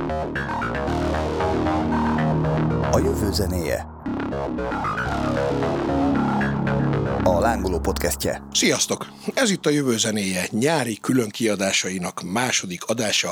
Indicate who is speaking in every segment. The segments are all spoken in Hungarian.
Speaker 1: A jövő zenéje. A Lángoló podcastje.
Speaker 2: Sziasztok! Ez itt a Jövő zenéje nyári külön kiadásainak második adása.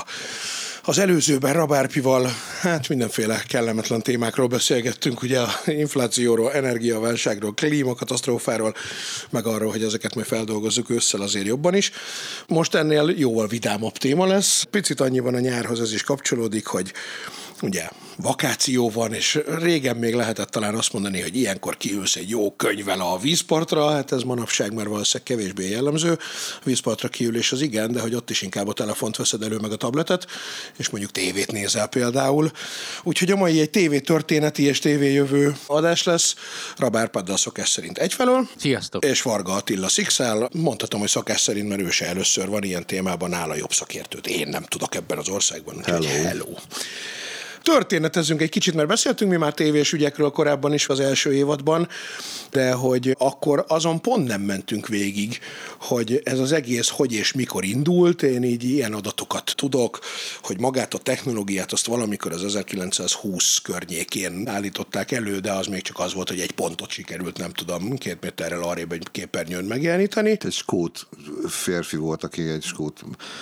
Speaker 2: Az előzőben Rabárpival mindenféle kellemetlen témákról beszélgettünk, ugye a inflációról, energiaválságról, klímakatasztrófáról, meg arról, hogy ezeket majd feldolgozzuk ősszel azért jobban is. Most ennél jóval vidámabb téma lesz. Picit annyiban a nyárhoz ez is kapcsolódik, hogy ugye vakáció van, és régen még lehetett talán azt mondani, hogy ilyenkor kiülsz egy jó könyvvel a vízpartra, hát ez manapság már valószínűleg kevésbé jellemző. A vízpartra kiülés az igen, de hogy ott is inkább a telefont veszed elő, meg a tabletet, és mondjuk tévét nézel például. Úgyhogy a mai egy tévétörténeti és tévéjövő adás lesz. Rabár Paddal szokás szerint egyfelől.
Speaker 3: Sziasztok!
Speaker 2: És Varga Attila Szikszál. Mondhatom, hogy szokás szerint, mert ő se először van ilyen témában, nála jobb szakértőt. Én nem tudok ebben az országban. Hello. Történetezzünk egy kicsit, mert beszéltünk mi már tévés ügyekről korábban is az első évadban, de hogy akkor azon pont nem mentünk végig, hogy ez az egész hogy és mikor indult. Én így ilyen adatokat tudok, hogy magát a technológiát azt valamikor az 1920 környékén állították elő, de az még csak az volt, hogy egy pontot sikerült, nem tudom, 2 méterrel arrébb egy képernyőn megjeleníteni.
Speaker 4: Egy skót férfi volt, aki egy skót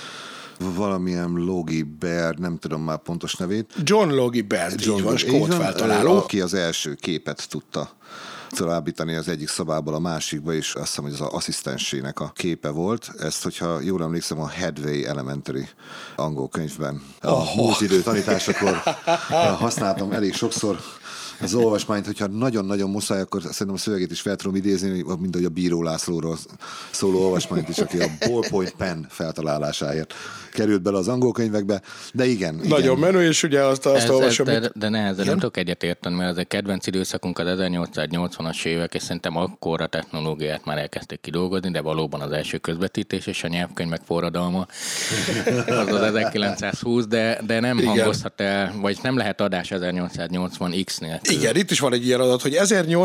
Speaker 4: valamilyen Logie Baird, nem tudom már pontos nevét.
Speaker 2: John Logie Baird, így van, skót feltaláló.
Speaker 4: Aki az első képet tudta továbbítani az egyik szobából a másikba, és azt hiszem, hogy az asszisztensének a képe volt. Ezt, hogyha jól emlékszem, a Hadley Elementary angol könyvben a múlt idő tanításakor használtam elég sokszor az olvasmányt, hogyha nagyon-nagyon muszáj, akkor szerintem a szövegét is fel tudom idézni, mint ahogy a Bíró Lászlóról szóló olvasmányt is, aki a ballpoint pen feltalálásáért került bele az angol könyvekbe, de igen.
Speaker 2: Nagyon menő, és ugye azt olvasom.
Speaker 3: De nehezen nem tudok egyetérteni, mert ez a kedvenc időszakunk az 1880-as évek, és szerintem akkor a technológiát már elkezdték kidolgozni, de valóban az első közvetítés és a nyelvkönyvek forradalma az 1920, de nem hangozhat el, vagy nem lehet adás 1880X-nél.
Speaker 2: Igen, itt is van egy ilyen adat, hogy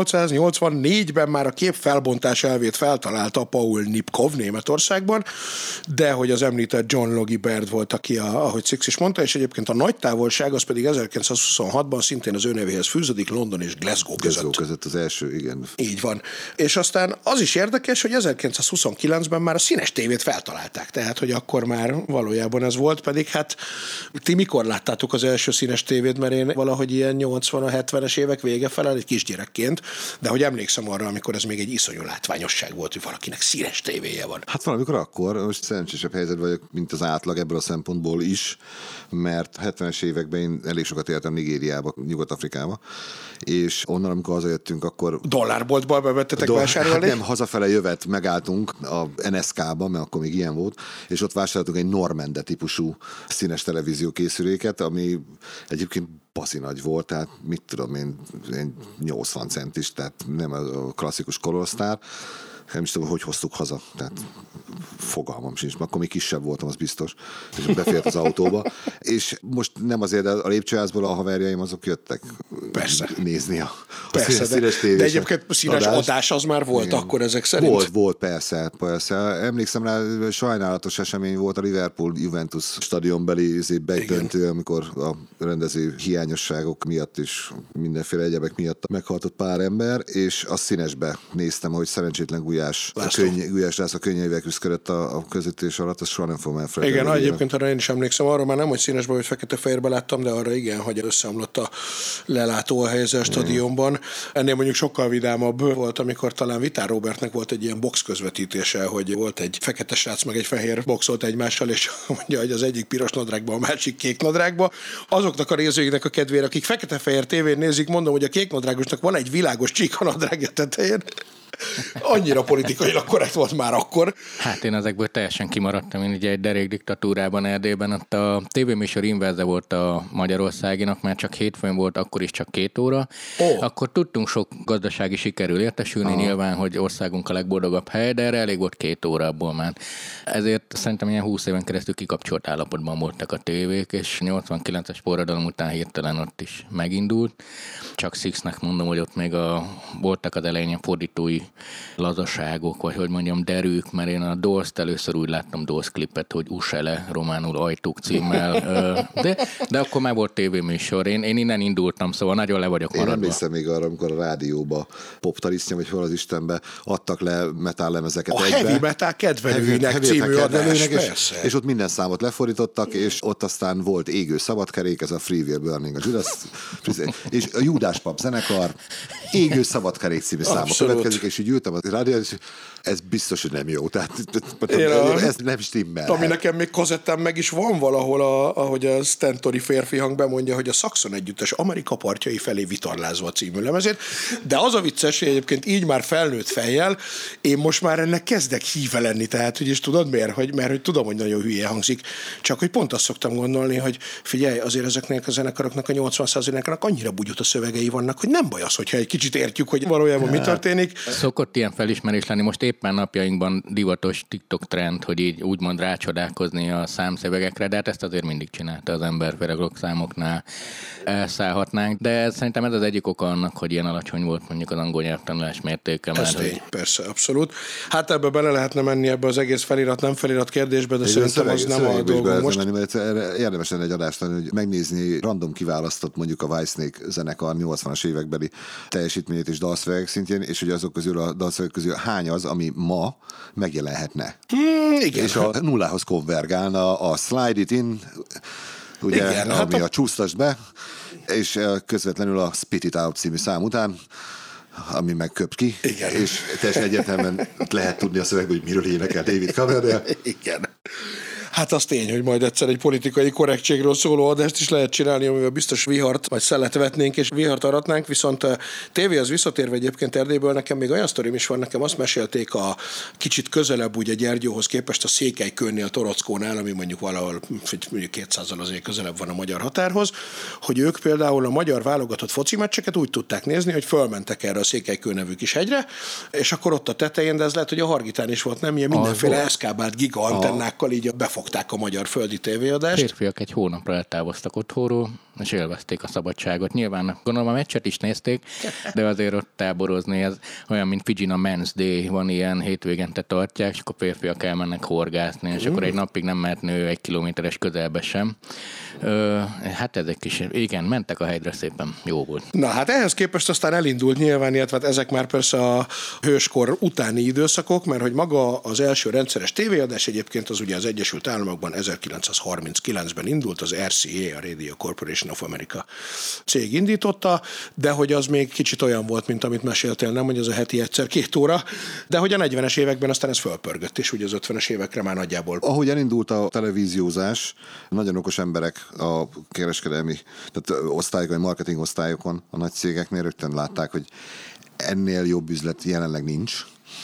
Speaker 2: 1884-ben már a képfelbontás elvét feltalálta Paul Nipkow Németországban, de hogy az említett John Logie Baird volt, aki, ahogy Six is mondta, és egyébként a nagy távolság az pedig 1926-ban szintén az ő nevéhez fűződik London és Glasgow között.
Speaker 4: Glasgow között az első, igen.
Speaker 2: Így van. És aztán az is érdekes, hogy 1929-ben már a színes tévét feltalálták, tehát hogy akkor már valójában ez volt, pedig hát ti mikor láttátok az első színes tévét, mert én valahogy ilyen 80-70-es évek vége felel egy kisgyerekként, de hogy emlékszem arra, amikor ez még egy iszonyú látványosság volt, hogy valakinek színes tévéje van.
Speaker 4: Hát valamikor akkor, most szerencsésebb helyzet vagyok, mint az átlag ebből a szempontból is, mert 70-es években én elég sokat éltem Nigériába, Nyugat-Afrikába, és onnan, amikor hazajöttünk, akkor...
Speaker 2: Dollárboltba bevettetek vásárolni?
Speaker 4: Nem, hazafele jövet megálltunk a NSK-ba, mert akkor még ilyen volt, és ott vásároltunk egy Normande típusú színes televízió készüléket, ami egyébként bazi nagy volt, tehát mit tudom én 80 centis, tehát nem a klasszikus korosztár. Nem is tudom, hogy hoztuk haza, tehát fogalmam sincs, akkor még kisebb voltam, az biztos, és befért az autóba, és most nem azért, de a lépcsőházból a haverjaim azok jöttek nézni a színes tévés.
Speaker 2: De egyébként színes adás az már volt. Igen. Akkor ezek szerint?
Speaker 4: Volt, persze. Emlékszem rá, sajnálatos esemény volt a Liverpool-Juventus stadionbeli bejtöntő, amikor a rendező hiányosságok miatt és mindenféle egyebek miatt meghaltott pár ember, és a színesbe néztem, hogy szerencsétlen Gulyás László könnyeivel küzdött a közvetítés alatt, azt soha nem fogom elfelejteni.
Speaker 2: Igen, egyébként arra én is emlékszem, arra már nem, hogy színesben vagy fekete-fehérben láttam, de arra igen, hogy összeomlott a lelátó a helyzet a stadionban. Ennél mondjuk sokkal vidámabb volt, amikor talán Vitár Robertnek volt egy ilyen box közvetítése, hogy volt egy fekete srác, meg egy fehér boxolt egymással, és mondja, hogy az egyik piros nadrágba, a másik kék nadrágba. Azoknak a nézőinknek a kedvére, akik fekete-fehér tévén nézik, mondom, hogy a kék nadrágosnak van egy világos csík a nadrágja tetején. Annyira politikailag korrekt volt már akkor.
Speaker 3: Hát én ezekből teljesen kimaradtam. Én ugye egy derék diktatúrában Erdélyben, ott a tévéműsor inverze volt a Magyarországinak, mert csak hétfőn volt, akkor is csak csak 2 óra, akkor tudtunk sok gazdasági sikerül értesülni, nyilván, hogy országunk a legboldogabb hely, de erre elég volt 2 órából már. Ezért szerintem ilyen 20 éven keresztül kikapcsolt állapotban voltak a tévék, és 89-es forradalom után hirtelen ott is megindult. Csak Sixnek mondom, hogy ott még voltak az elején fordítói lazaságok, vagy hogy mondjam, derűk, mert én a Doors-t először úgy láttam Doors klipet, hogy Usele, románul Ajtók címmel, de akkor már volt tévéműsor. Én innen indultam, szóval nagyon le vagyok maradva.
Speaker 4: Én emlékszem még arra, amikor a rádióba Poptarisztja, vagy hol az Istenbe adtak le metállemezeket
Speaker 2: a
Speaker 4: egybe.
Speaker 2: Heavy Metal kedvelőinek című adás,
Speaker 4: és ott minden számot lefordítottak, és ott aztán volt Égő szabadkerék, ez a Free Will Burning, a Judas, és a Júdás Pap zenekar, Égő szabadkerék című számok következik, és így ültem a rádióban, és ez biztos, hogy nem jó. Tehát ez nem stimmel.
Speaker 2: Ami nekem még kazettám meg is van valahol, ahogy a Stentori férfi hang bemondja, hogy a Saxon együttes Amerika partjai felé vitorlázva című lemezét. De az a vicces, hogy egyébként így már felnőtt fejjel, én most már ennek kezdek híve lenni, tehát hogy is tudod miért? Mert hogy tudom, hogy nagyon hülye hangzik, csak hogy pont azt szoktam gondolni, hogy figyelj, azért ezeknek a zenekaroknak a 80%-nak annyira bugyut a szövegei vannak, hogy nem baj az, hogyha egy kicsit értjük, hogy valójában mi történik.
Speaker 3: Szokott ilyen felismerés lenni, most éppen napjainkban divatos TikTok trend, hogy így úgymond rácsodálkozni a számszövegekre, de hát ezt azért mindig csinálta az ember, főleg rockszámoknál elszállhatnánk, de szerintem ez az egyik oka annak, hogy ilyen alacsony volt mondjuk az angol nyelvtanulás mértéke.
Speaker 2: Persze, abszolút. Hát ebbe bele lehetne menni ebbe az egész felirat, nem felirat kérdésbe, de szerintem az nem a dolgunk most.
Speaker 4: Menni, mert érdemes lenne egy adást, hogy megnézni random kiválasztott mondjuk a Whitesnake zenekar 80-as évekbeli teljesítményét és dalszövegek szintjén, és hogy azok közül a dalszövegek közül hány az, ami ma megjelenhetne.
Speaker 2: Igen.
Speaker 4: És a nullához konvergálna a Slide It In, ugye,
Speaker 2: igen,
Speaker 4: ami a csúsztasd be, és közvetlenül a Spit It Out című szám után, ami megköp ki,
Speaker 2: igen.
Speaker 4: És teljesen egyértelműen lehet tudni a szövegben, hogy miről énekel David Coverdale.
Speaker 2: Igen. Hát az tény, hogy majd egyszer egy politikai korrektségről szóló adást is lehet csinálni, amivel biztos vihart vagy szelet vetnénk és vihart aratnánk, viszont tévé az visszatérve egyébként Erdélyből, nekem még olyan sztorim is van, nekem azt mesélték a kicsit közelebb ugye Gyergyóhoz képest a Székelykőnél, Torockónál, ami mondjuk valahol mondjuk 200-al azért közelebb van a magyar határhoz, hogy ők például a magyar válogatott foci meccseket úgy tudták nézni, hogy fölmentek erre a Székelykő nevű kis hegyre, és akkor ott a tetején, de ez lehet, hogy a Hargitán is volt, nem ilyen mindenféle eszkábált giga antennákkal így befogták a magyar földi tévéadást.
Speaker 3: Férfiak egy hónapra eltávoztak otthonról, és élvezték a szabadságot. Nyilván gondolom a meccset is nézték, de azért ott táborozni, ez olyan, mint Fidzsin a Men's Day, van ilyen, hétvégente tartják, és akkor férfiak elmennek horgászni, és akkor egy napig nem mehet nő 1 kilométeres közelbe sem. Hát ezek is, igen, mentek a hegyre szépen, jó volt.
Speaker 2: Na hát ehhez képest aztán elindult nyilván, illetve hát ezek már persze a hőskor utáni időszakok, mert hogy maga az első rendszeres tévéadás egyébként az ugye az Egyesült Államokban 1939-ben indult, az RCA, a Radio Corporation of America cég indította, de hogy az még kicsit olyan volt, mint amit meséltél, nem, hogy az a heti egyszer 2 óra, de hogy a 40-es években aztán ez fölpörgött, és ugye az 50-es évekre már nagyjából.
Speaker 4: Ahogy elindult a televíziózás, nagyon okos emberek a kereskedelmi, tehát osztályokon, a marketing osztályokon, a nagy cégeknél rögtön látták, hogy ennél jobb üzlet jelenleg nincs,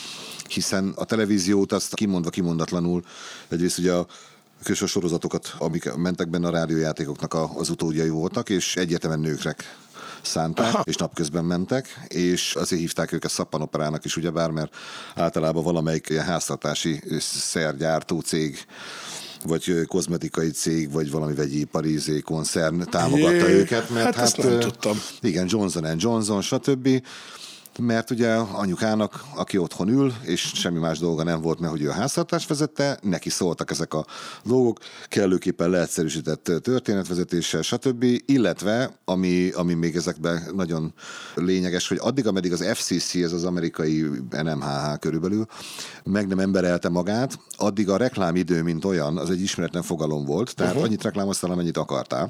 Speaker 4: hiszen a televíziót azt kimondatlanul, egyrészt ugye a külső sorozatokat, amik mentek benne a rádiójátékoknak az utódjai voltak, és egyértelműen nőkre szánták, és napközben mentek, és azért hívták őket szappanoperának is, ugyebár, mert általában valamelyik ilyen háztartási szergyártó cég, vagy kozmetikai cég, vagy valami vegyipari koncern támogatta őket, mert
Speaker 2: hát ezt nem tudtam.
Speaker 4: Igen, Johnson & Johnson, stb., mert ugye anyukának, aki otthon ül, és semmi más dolga nem volt, mert hogy ő a háztartást vezette, neki szóltak ezek a dolgok, kellőképpen leegyszerűsített történetvezetéssel, stb., illetve, ami még ezekben nagyon lényeges, hogy addig, ameddig az FCC, ez az amerikai NMHH körülbelül, meg nem emberelte magát, addig a reklámidő, mint olyan, az egy ismeretlen fogalom volt, tehát annyit reklámoztál, amennyit akartál.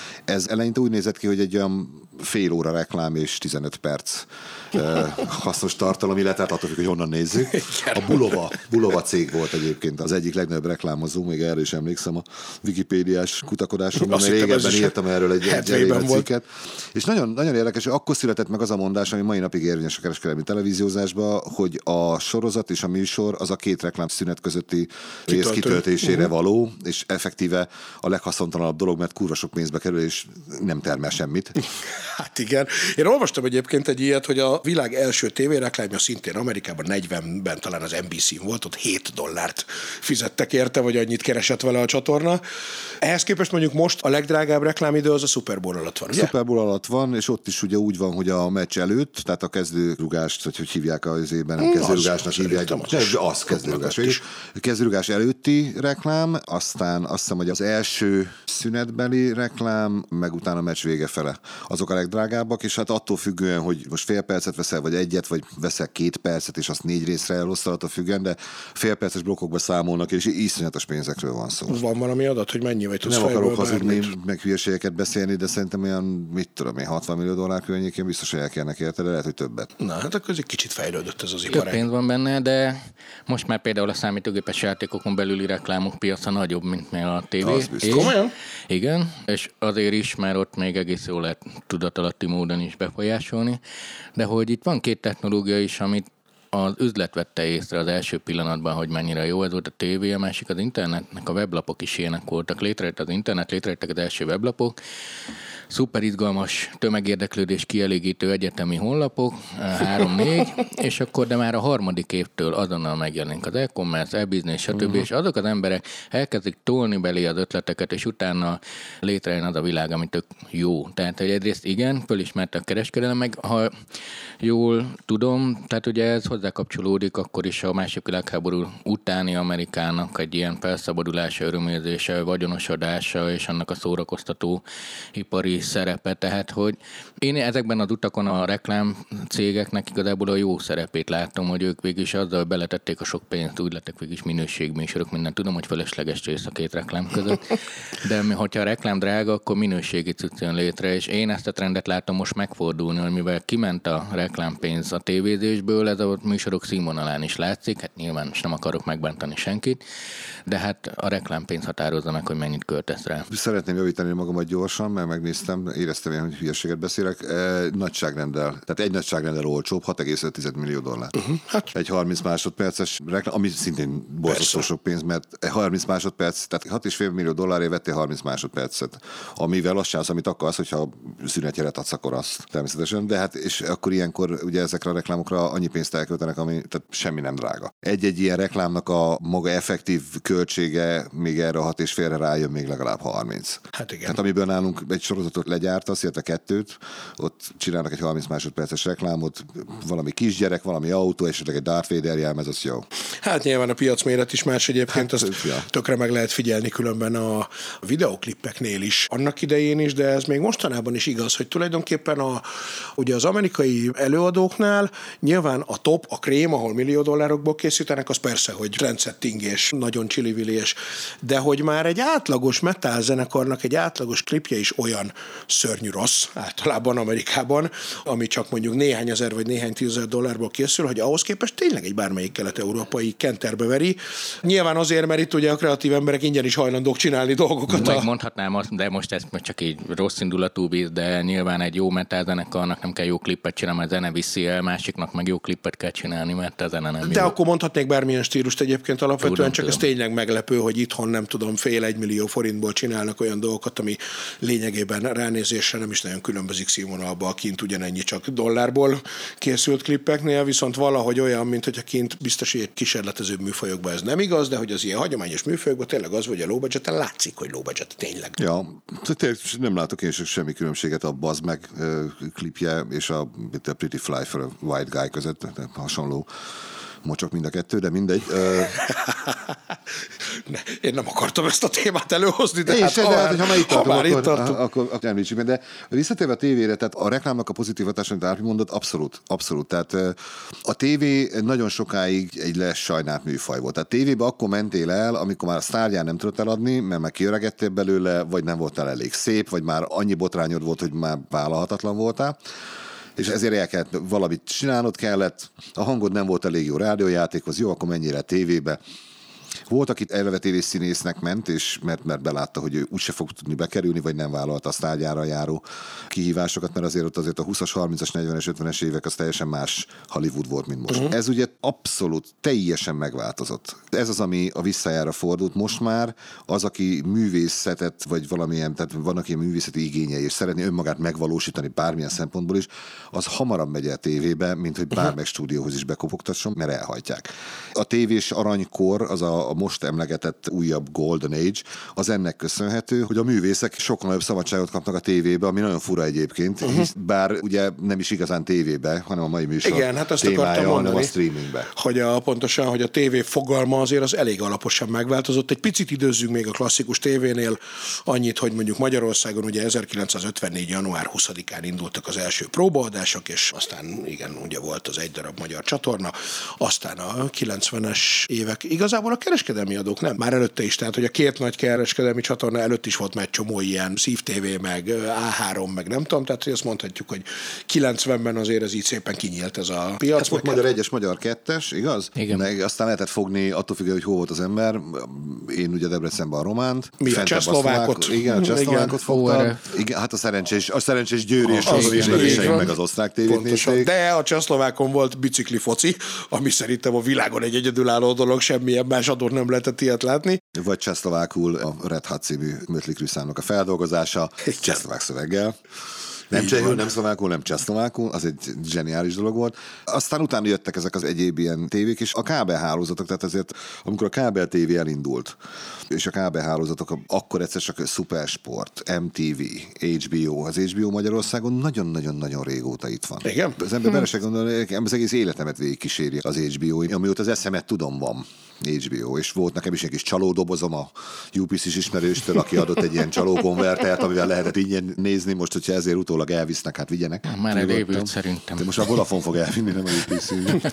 Speaker 4: Ez eleinte úgy nézett ki, hogy egy olyan fél óra reklám és 15 perc hasznos tartalom, illetve attól függ, hogy honnan nézzük. A Bulova cég volt egyébként az egyik legnagyobb reklámozó, még erre is emlékszem a wikipédiás kutakodásomban, mert régebben írtam erről egy cikket. És nagyon, nagyon érdekes, hogy akkor született meg az a mondás, ami mai napig érvényes a kereskedelmi televíziózásban, hogy a sorozat és a műsor az a 2 reklám szünet közötti rész kitöltésére való, és effektíve a leghaszontalanabb dolog, mert kurva sok pénzbe kerül, és és nem termel semmit.
Speaker 2: Hát igen. Én olvastam egyébként egy ilyet, hogy a világ első tévéreklámja szintén Amerikában 40-ben talán az NBC-n volt, ott $7 fizettek érte, vagy annyit keresett vele a csatorna. Ehhez képest mondjuk most a legdrágább reklámidő az a Super Bowl alatt van, ugye?
Speaker 4: Super Bowl alatt van, és ott is ugye úgy van, hogy a meccs előtt, tehát a kezdőrugást, hogy hívják az évben, nem kezdőrugásnak hívják, az kezdőrugás. Kezdőrugás előtti reklám, aztán azt hiszem, hogy az első szünetbeli reklám, meg utána a meccs vége fele. Azok a legdrágábbak, és hát attól függően, hogy most fél percet veszel, vagy egyet, vagy veszel 2 percet, és azt 4 részre elosztod, attól függően, de fél perces blokkokba számolnak, és iszonyatos pénzekről van szó.
Speaker 2: Van valami adat, hogy mennyi, vagy tudsz
Speaker 4: nem
Speaker 2: fejből
Speaker 4: akarok hazudni,
Speaker 2: bármit?
Speaker 4: meg hülyeségeket beszélni, de szerintem olyan, mit tudom én, $60 millió környékén biztos, hogy elkérnek érte, de lehet, hogy többet.
Speaker 2: Na, hát akkor ez egy kicsit fejlődött ez az
Speaker 3: Több
Speaker 2: iparág.
Speaker 3: pénz van benne, de most már például a számítógépes játékokon belüli reklámok piaca nagyobb, mint a tévé.
Speaker 4: Az biztos.
Speaker 2: Komolyan?
Speaker 3: Igen, és azért is, mert ott még egész jól lehet tudatalatti módon is befolyásolni, de hogy itt van 2 technológia is, amit az üzlet vette észre az első pillanatban, hogy mennyire jó, ez volt a tévé, a másik az internetnek, a weblapok is ilyenek voltak. Létrejött az internet, létrejöttek az első weblapok, szuper izgalmas, tömegérdeklődés kielégítő egyetemi honlapok, 3-4, és akkor de már a 3. évtől azonnal megjelenik az e-commerce, e-business, stb. És azok az emberek elkezdik tolni belé az ötleteket, és utána létrejön az a világ, ami tök jó. Tehát, hogy egyrészt igen, fölismerte a kereskedelem, meg ha jól tudom, tehát ugye ez hozzá kapcsolódik akkor is a második világháború utáni Amerikának egy ilyen felszabadulása, örömérzése, vagyonosodása és annak a szórakoztató ipari szerepe, tehát hogy én ezekben az utakon a reklám cégeknek igazából a jó szerepét látom, hogy ők végig is azzal beletették a sok pénzt, úgy lettek végig is minőségműsorok, minden tudom, hogy felesleges rész a 2 reklám között, de hogyha a reklám drága, akkor minőségi cucc jön létre, és én ezt a trendet látom most megfordulni, hogy mivel kiment a reklámpénz a tévézésből, ez a műsorok színvonalán is látszik, hát nyilván most nem akarok megbántani senkit, de hát a reklámpénz határozza meg, hogy mennyit költesz rá.
Speaker 4: Szeretném javítani magamat gyorsan, mert megnéztem, éreztem én, hogy hülyeséget beszélek. Nagyságrendel, tehát egy nagyságrendel olcsóbb, $6,5 millió.
Speaker 2: Hát.
Speaker 4: Egy 30 másodperces reklám, ami szintén borzasztó sok pénz, mert 30 másodperc, tehát $6,5 millió vettél 30 másodpercet, amivel azt csinálsz, amit akarsz, hogyha szünetjelet adsz, akkor azt természetesen, de hát és akkor ilyenkor ugye ezekre a reklámokra annyi pénzt elköltenek, ami tehát semmi nem drága. Egy-egy ilyen reklámnak a maga effektív költsége még erre a 6,5-re rájön még legalább 30.
Speaker 2: Hát igen.
Speaker 4: Tehát amiből nálunk egy sorozatot legyártasz, illetve 2, ott csinálnak egy 30 másodperces reklámot, valami kisgyerek, valami autó, esetleg egy Darth Vader jelmez, az jó.
Speaker 2: Hát nyilván a piacméret is más egyébként,
Speaker 4: Hát,
Speaker 2: azt
Speaker 4: ja.
Speaker 2: tökre meg lehet figyelni különben a videoklippeknél is, annak idején is, de ez még mostanában is igaz, hogy tulajdonképpen ugye az amerikai előadóknál nyilván a top, a krém, ahol $1 millió készítenek, az persze, hogy trendsetting és nagyon csili-vili, de hogy már egy átlagos metal zenekarnak egy átlagos klipje is olyan szörnyű rossz, általában Amerikában, ami csak mondjuk néhány ezer vagy néhány $10,000 készül, hogy ahhoz képest tényleg egy bármelyik kelet-európai kenterbe veri. Nyilván azért, mert itt ugye a kreatív emberek ingyen is hajlandók csinálni dolgokat.
Speaker 3: Megmondhatnám azt, de most ez csak így rossz indulatú víz, de nyilván egy jó metal zenekarnak nem kell jó klippet csinálni, mert a zene viszi el, másiknak meg jó klippet kell csinálni, mert a zene nem
Speaker 2: de
Speaker 3: jó.
Speaker 2: akkor mondhatnék bármilyen stílust egyébként alapvetően,
Speaker 3: Tudom,
Speaker 2: csak ez tényleg meglepő, hogy itthon nem tudom, $1 millió forintból csinálnak olyan dolgokat, ami lényegében ránézésre nem is nagyon különbözik színvonalba, kint ugyanennyi csak dollárból készült klippeknél, viszont valahogy olyan, mint hogyha kint biztos, hogy egy kísérletezőbb műfajokban ez nem igaz, de hogy az ilyen hagyományos műfajokban tényleg az, hogy a low budgeten látszik, hogy low budget tényleg.
Speaker 4: Ja, tényleg nem látok én semmi különbséget a Bazd meg klipje és a Pretty Fly for a White Guy között, hasonló mocsok mind a 2, de mindegy.
Speaker 2: Én nem akartam ezt a témát előhozni, de
Speaker 4: Én
Speaker 2: hát
Speaker 4: se, de hát, ha már itt tartunk, akkor említsük meg. De visszatérve a tévére, tehát a reklámnak a pozitív hatása, amit Árpi mondott, abszolút. Tehát a tévé nagyon sokáig egy lesajnált műfaj volt. Tehát tévébe akkor mentél el, amikor már a sztárján nem tudott eladni, mert már kiöregettél belőle, vagy nem voltál elég szép, vagy már annyi botrányod volt, hogy már vállalhatatlan voltál. És ezért el kellett valamit csinálnod kellett, a hangod nem volt elég jó rádiójátékhoz, jó, akkor menjél el tévébe. Volt, aki eleve tévészínésznek ment, és mert belátta, hogy ő úgyse fog tudni bekerülni, vagy nem vállalta a sztárgyára járó kihívásokat, mert azért ott azért a 20-as, 30-as, 40-es, 50-es évek az teljesen más Hollywood volt, mint most. Ez ugye abszolút teljesen megváltozott. Ez az, ami a visszájára fordult. Most már az, aki művészetet, vagy valamilyen, tehát vannak ilyen művészeti igényei, és szeretné önmagát megvalósítani bármilyen szempontból is, az hamarabb megy el tévébe, mint hogy bármely stúdióhoz is bekopogtasson, mert elhajtják. A tévés aranykor, az a most emlegetett újabb Golden Age, az ennek köszönhető, hogy a művészek sokkal nagyobb szabadságot kapnak a tévébe, ami nagyon fura egyébként, bár ugye nem is igazán tévébe, hanem a mai műsor.
Speaker 2: Igen, hát azt
Speaker 4: témája,
Speaker 2: akartam mondani,
Speaker 4: hanem a streamingbe.
Speaker 2: Hogy pontosan, hogy a tévé fogalma azért az elég alaposan megváltozott. Egy picit időzzünk még a klasszikus tévénél annyit, hogy mondjuk Magyarországon ugye 1954. január 20-án indultak az első próbaadások, és aztán igen, ugye volt az egy darab magyar csatorna, aztán a 90-es évek, igazából a kereskedelmi adók nem, már előtte is, tehát hogy a két nagy kereskedelmi csatorna előtt is volt már egy csomó ilyen Szív TV, meg A3, meg nem tudom, tehát hogy azt mondhatjuk, hogy 90-ben azért ez így szépen kinyílt ez a piac.
Speaker 4: Ez volt Magyar 1-es, Magyar 2-es, igaz?
Speaker 3: Igen.
Speaker 4: Meg aztán lehetett fogni, attól függően, hogy hol volt az ember. Én ugye Debrecenben a románt.
Speaker 2: Mi a csehszlovákot.
Speaker 4: Igen, a csehszlovákot fogtam. Igen, hát a szerencsés Győri és az ismerőseim meg az osztrák tévét nézték.
Speaker 2: De a csehszlovákon volt bicikli foci, ami szerintem a világon egy egyedülálló dolog, semmilyen más adón nem lehetett ilyet látni.
Speaker 4: Vagy csehszlovákul a Red Hot című Mötley Crüe számnak a feldolgozása, csehszlovák szöveggel. Nem csehül, nem szlovákul, nem csehszlovákul, az egy zseniális dolog volt. Aztán utána jöttek ezek az egyéb ilyen tévék, és a kábelhálózatok, tehát azért, amikor a kábel tévé elindult, és a kábelhálózatok akkor egyszer csak Supersport, MTV, HBO, az HBO Magyarországon nagyon-nagyon-nagyon régóta itt van.
Speaker 2: Igen?
Speaker 4: Az ember bele se gondolja, az egész életemet végigkíséri az HBO, amióta az eszemet tudom van. HBO, és volt nekem is egy kis csalódobozom a UPC-s ismerőstől, aki adott egy ilyen csalókonvertert, amivel lehetett ingyen nézni, most, hogyha ezért utólag elvisznek, hát vigyenek.
Speaker 3: Már elévült szerintem.
Speaker 4: De most a Vodafone fog elvinni, nem a UPC.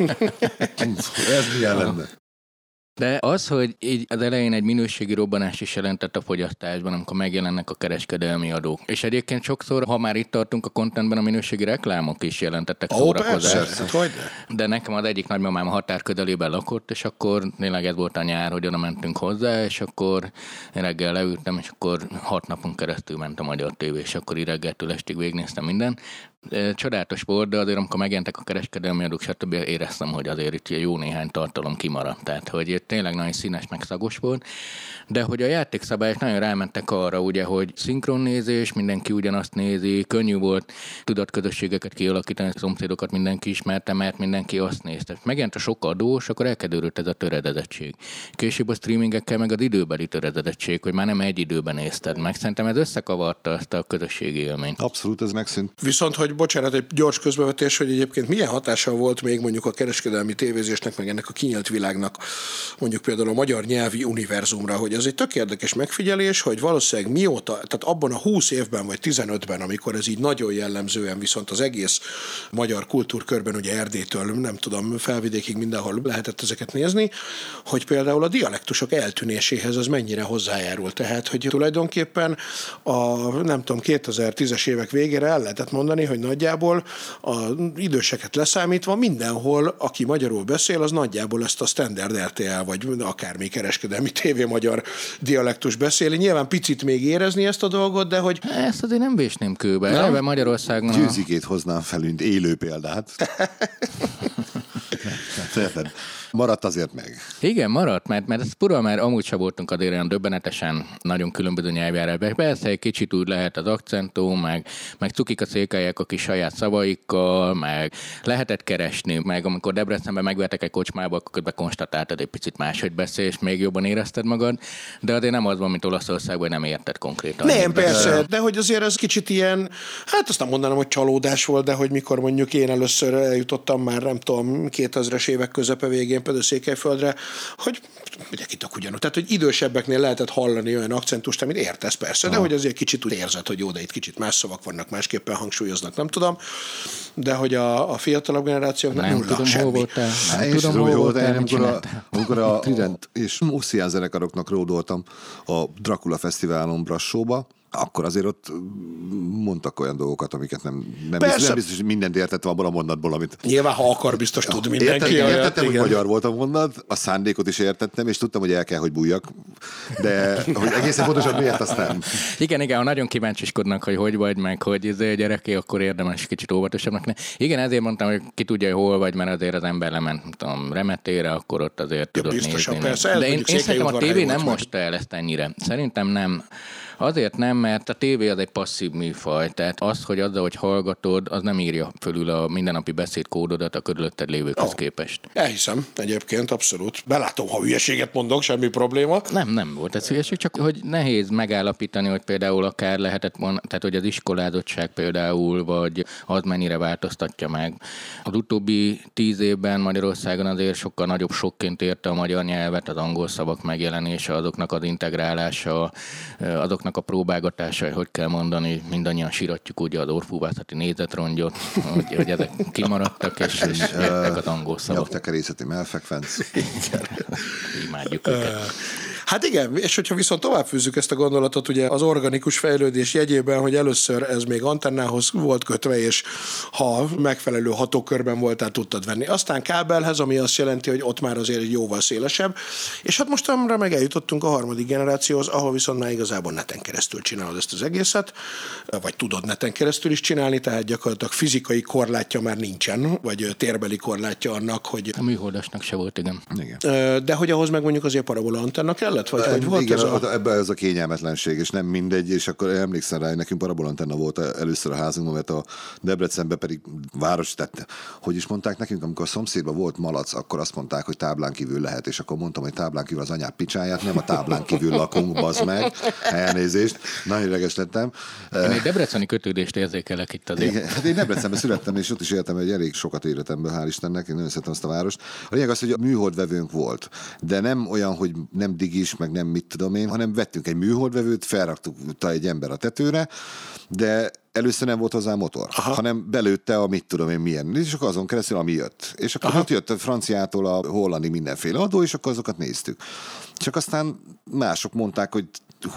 Speaker 4: Ez milyen lenne?
Speaker 3: De az, hogy így az elején egy minőségi robbanás is jelentett a fogyasztásban, amikor megjelennek a kereskedelmi adók. És egyébként sokszor, ha már itt tartunk a contentben, a minőségi reklámok is jelentettek szórakozást. De nekem az egyik nagymamám a határ közelében lakott, és akkor tényleg ez volt a nyár, hogy oda mentünk hozzá, és akkor reggel leültem, és akkor 6 napon keresztül ment a Magyar TV, és akkor így reggeltől estig végignéztem minden. Csodálatos volt, de azért amikor megjelentek a kereskedelmi adók, stb. Éreztem, hogy azért itt jó néhány tartalom kimaradt. Tehát, hogy tényleg nagyon színes, meg szagos volt. De hogy a játékszabályok nagyon rámentek arra, ugye, hogy szinkronnézés, mindenki ugyanazt nézi, könnyű volt tudatközösségeket kialakítani, szomszédokat mindenki ismerte, mert mindenki azt nézte. Megjelent a sok adós, akkor elkezdődött ez a töredezettség. Később a streamingekkel meg az időbeli töredezettség, hogy már nem egy időben nézted meg. Szerintem ez összekavarta ezt a közösségi élményt.
Speaker 4: Abszolút, ez megszűnt.
Speaker 2: Viszont, hogy bocsánat, egy gyors közbevetés, hogy egyébként milyen hatása volt még mondjuk a kereskedelmi tévézésnek, meg ennek a kinyílt világnak, mondjuk például a magyar nyelvi univerzumra, hogy ez egy tök érdekes megfigyelés, hogy valószínűleg mióta, tehát abban a 20 évben vagy 15-ben, amikor ez így nagyon jellemzően viszont az egész magyar kultúrkörben, ugye Erdélytől, nem tudom, Felvidékig mindenhol lehetett ezeket nézni, hogy például a dialektusok eltűnéséhez az mennyire hozzájárul. Tehát, hogy tulajdonképpen a, nem tudom, 2010-es évek végére el lehetett mondani, hogy nagyjából az időseket leszámítva mindenhol, aki magyarul beszél, az nagyjából ezt a standard RTL, vagy akármi kereskedelmi tévé magyar dialektus beszéli. Nyilván picit még érezni ezt a dolgot, de hogy...
Speaker 3: Ezt azért nem vésném kőbe. Eleve Magyarországon...
Speaker 4: Győzikét hoznám felünt, élő példát. Érted? Maradt azért meg.
Speaker 3: Igen, maradt, mert ez pura, mert amúgy sem voltunk azért olyan döbbenetesen nagyon különböző nyelvjárásban. Persze egy kicsit úgy lehet az akcentum, meg cukik a székelyek a kis saját szavaikkal, meg lehetett keresni, meg amikor Debrecenben megvertek egy kocsmába, akkor közben konstatáltad egy picit máshogy beszél, és még jobban érezted magad, de azért nem az van, mint Olaszországban, hogy nem érted konkrétan.
Speaker 2: Nem, persze, de hogy azért ez kicsit ilyen, hát azt nem mondanám, hogy csalódás volt, de hogy mikor mondjuk én először eljutottam már, nem tudom, 2000-es évek közepe végén például Székelyföldre, hogy mindenki tök ugyanúgy. Tehát, hogy idősebbeknél lehetett hallani olyan akcentust, amit értesz persze, de hogy azért kicsit úgy érzed, hogy jó, de itt kicsit más szavak vannak, másképpen hangsúlyoznak, nem tudom, de hogy a fiatalabb generációk
Speaker 3: nem tudom,
Speaker 2: semmi.
Speaker 3: Hol voltál.
Speaker 4: Nem tudom, hol voltál, amikor a és Ossian zenekaroknak ródoltam a Dracula Fesztiválon Brassóba, akkor azért ott mondtak olyan dolgokat, amiket nem biztos, hogy mindent értettem abból a mondatból, amit...
Speaker 2: Nyilván, ha akar, biztos tud mindenki.
Speaker 4: Értettem, hogy magyar volt a mondat, a szándékot is értettem, és tudtam, hogy el kell, hogy bújjak, de hogy egészen pontosan miért, azt nem.
Speaker 3: Igen, ha nagyon kíváncsiskodnak, hogy vagy, meg hogy gyereké, akkor érdemes kicsit óvatosabbnak. Igen, ezért mondtam, hogy ki tudja, hogy hol vagy, mert azért az ember lement a Remetére, akkor ott azért tudott nézni.
Speaker 2: Persze,
Speaker 3: de én szerintem a tévé nem mosta el ezt ennyire. Szerintem nem. Azért nem, mert a tévé az egy passzív műfaj, tehát az, hogy azzal, hogy hallgatod, az nem írja fölül a mindennapi beszédkódodat a körülötted lévőkhöz képest.
Speaker 2: Elhiszem, egyébként abszolút. Belátom, ha hülyeséget mondok, semmi probléma.
Speaker 3: Nem volt ez hülyeség, csak hogy nehéz megállapítani, hogy például akár lehetett volna, tehát hogy az iskolázottság például, vagy az mennyire változtatja meg. Az utóbbi 10 évben Magyarországon azért sokkal nagyobb sokként érte a magyar nyelvet, az angol szavak megjelenése, azoknak az integrálása, azoknak a próbálgatása, hogy kell mondani, mindannyian síratjuk ugye az orfúvászati nézetrongyot, hogy ezek kimaradtak, és jöttek az angol szavak.
Speaker 4: Nyelvtekerészeti melfekvenc.
Speaker 3: Imádjuk őket.
Speaker 2: Hát igen, és hogyha viszont továbbfűzzük ezt a gondolatot, ugye az organikus fejlődés jegyében, hogy először ez még antennához volt kötve, és ha megfelelő hatókörben voltál, tudtad venni. Aztán kábelhez, ami azt jelenti, hogy ott már azért jóval szélesebb. És hát mostanra meg eljutottunk a harmadik generációhoz, ahol viszont már igazából neten keresztül csinálod ezt az egészet, vagy tudod neten keresztül is csinálni, tehát gyakorlatilag fizikai korlátja már nincsen, vagy térbeli korlátja annak, hogy...
Speaker 3: A műholdasnak se volt, igen.
Speaker 2: De hogy ahhoz meg mondjuk azért parabola antenna kellett? Vagy volt
Speaker 4: igen, ebben ez a kényelmetlenség, és nem mindegy, és akkor emlékszem rá, hogy nekünk parabolantenna volt először a házunkban, mert a Debrecenben pedig város tette. Hogy is mondták nekünk, amikor a szomszédban volt malac, akkor azt mondták, hogy táblán kívül lehet, és akkor mondtam, hogy táblán kívül az anyád picsáját, nem a táblán kívül lakunk, bazd meg, elnézést, nagyon ideges lettem.
Speaker 3: Én egy debreceni kötődést érzékelek itt azért.
Speaker 4: Igen, hát én Debrecenben születtem, és ott is éltem, hogy elég sokat életemben, hál' Istennek, én nagyon szeretem azt a várost. A lényeg az, hogy a műholdvevőnk volt, de nem olyan, hogy nem digis, meg nem mit tudom én, hanem vettünk egy műholdvevőt, felraktuk egy ember a tetőre, de először nem volt hozzá motor, hanem belőtte a mit tudom én milyen, és akkor azon keresztül, ami jött. És akkor ott jött a franciától a hollandi mindenféle adó, és akkor azokat néztük. Csak aztán mások mondták, hogy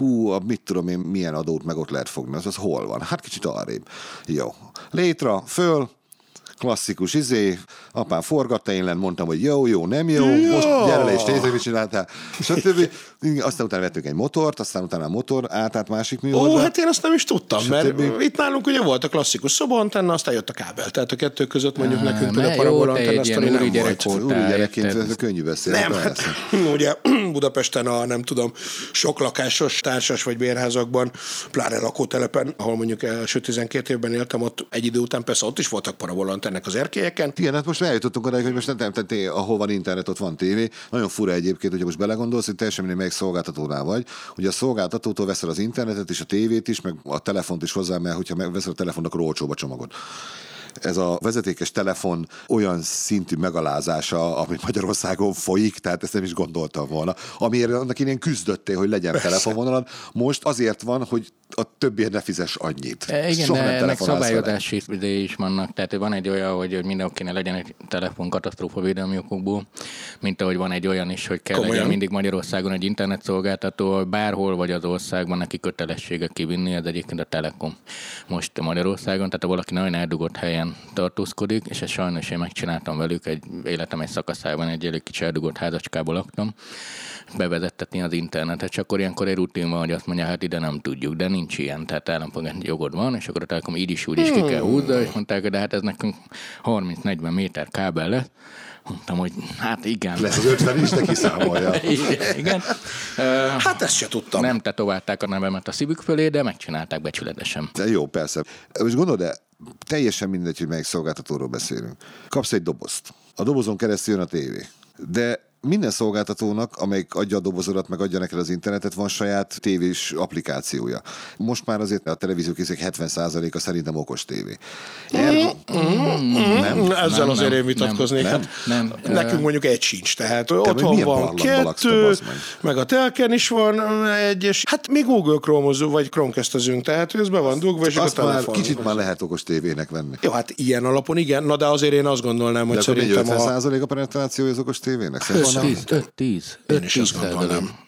Speaker 4: a mit tudom én milyen adót meg ott lehet fogni, az hol van? Hát kicsit arrébb. Jó. Létra, föl, klasszikus apám forgatta, én lent mondtam, hogy jó, nem jó, most gyere le és nézzük, mit csináltál, stb. Aztán utána vettünk egy motort, aztán utána a motor át másik műholdra.
Speaker 2: Hát én azt nem is tudtam, mert itt nálunk ugye volt a klasszikus szobaantenna, aztán jött a kábel, tehát a kettő között mondjuk nekünk például a parabolantenna, azt nem volt.
Speaker 4: Úri gyerekként ez a könnyű beszélni.
Speaker 2: Nem, hát ugye Budapesten a nem tudom, sok lakásos, társas vagy bérházakban, pláne lakótelepen, ahol mondjuk első 12 évben éltem, ott egy idő után persze ott is voltak parabolantennek az erkélyeken.
Speaker 4: Igen, hát most eljutottunk oda, hogy most nem, ahol van internet, ott van tévé. Nagyon fura egyébként, hogy most belegondolsz, hogy teljesen mindegy, melyik szolgáltatónál vagy. Ugye a szolgáltatótól veszel az internetet és a tévét is, meg a telefont is hozzá, mert hogyha megveszel a telefont, akkor olcsóbb a csomagod. Ez a vezetékes telefon olyan szintű megalázása, ami Magyarországon folyik, tehát ezt nem is gondoltam volna. Amiért annak én küzdöttél, hogy legyen telefonvonalad. Most azért van, hogy a többiért ne fizess annyit.
Speaker 3: Igen, de ennek szabályozási idei is vannak. Tehát van egy olyan, hogy mindenkinek legyen egy telefon katasztrófavédelmi okokból, mint ahogy van egy olyan is, hogy kell legyen mindig Magyarországon egy internetszolgáltató, bárhol vagy az országban neki kötelessége kivinni, ez egyébként a Telekom. Most Magyarországon, tehát ha valaki nagyon eldugott helyen tartózkodik, és ezt sajnos én megcsináltam velük, életem egy szakaszában egy elég kicsi eldugott házacskából laktam, bevezettetni az internetet, csak akkor ilyenkor egy rutin van, hogy azt mondja, hát ide nem tudjuk, de nincs ilyen, tehát állampolgári jogod van, és akkor a Telekom így is úgy is ki kell húzni, és mondták, de hát ez nekünk 30-40 méter kábel lesz. Mondtam, hogy hát igen.
Speaker 4: Lesz az 50 is, de kiszámolja.
Speaker 3: Igen.
Speaker 2: Hát ezt se tudtam.
Speaker 3: Nem tetoválták a nevemet a szívük fölé, de megcsinálták becsületesen.
Speaker 4: De jó, persze. Most gondolod, de teljesen mindegy, hogy melyik szolgáltatóról beszélünk. Kapsz egy dobozt. A dobozon keresztül jön a tévé. De minden szolgáltatónak, amelyik adja a dobozodat, meg adja neked az internetet, van saját tévés applikációja. Most már azért a televíziókészek 70%-a szerintem okos tévé.
Speaker 2: Ezzel azért én vitatkoznék.
Speaker 3: Nem.
Speaker 2: Nekünk mondjuk egy sincs, tehát otthon van 2, meg a telken is van egy, és hát mi Google Chrome-ozunk, vagy Chromecast-ezünk, tehát ez be van dugva, és
Speaker 4: azt a telefon. Kicsit már lehet okos tévének venni.
Speaker 2: Jó, hát ilyen alapon igen, na de azért én azt gondolnám, hogy
Speaker 4: de
Speaker 2: szerintem
Speaker 4: 50% a penetrációja az okos tévének?
Speaker 2: Én is azt gondolnám.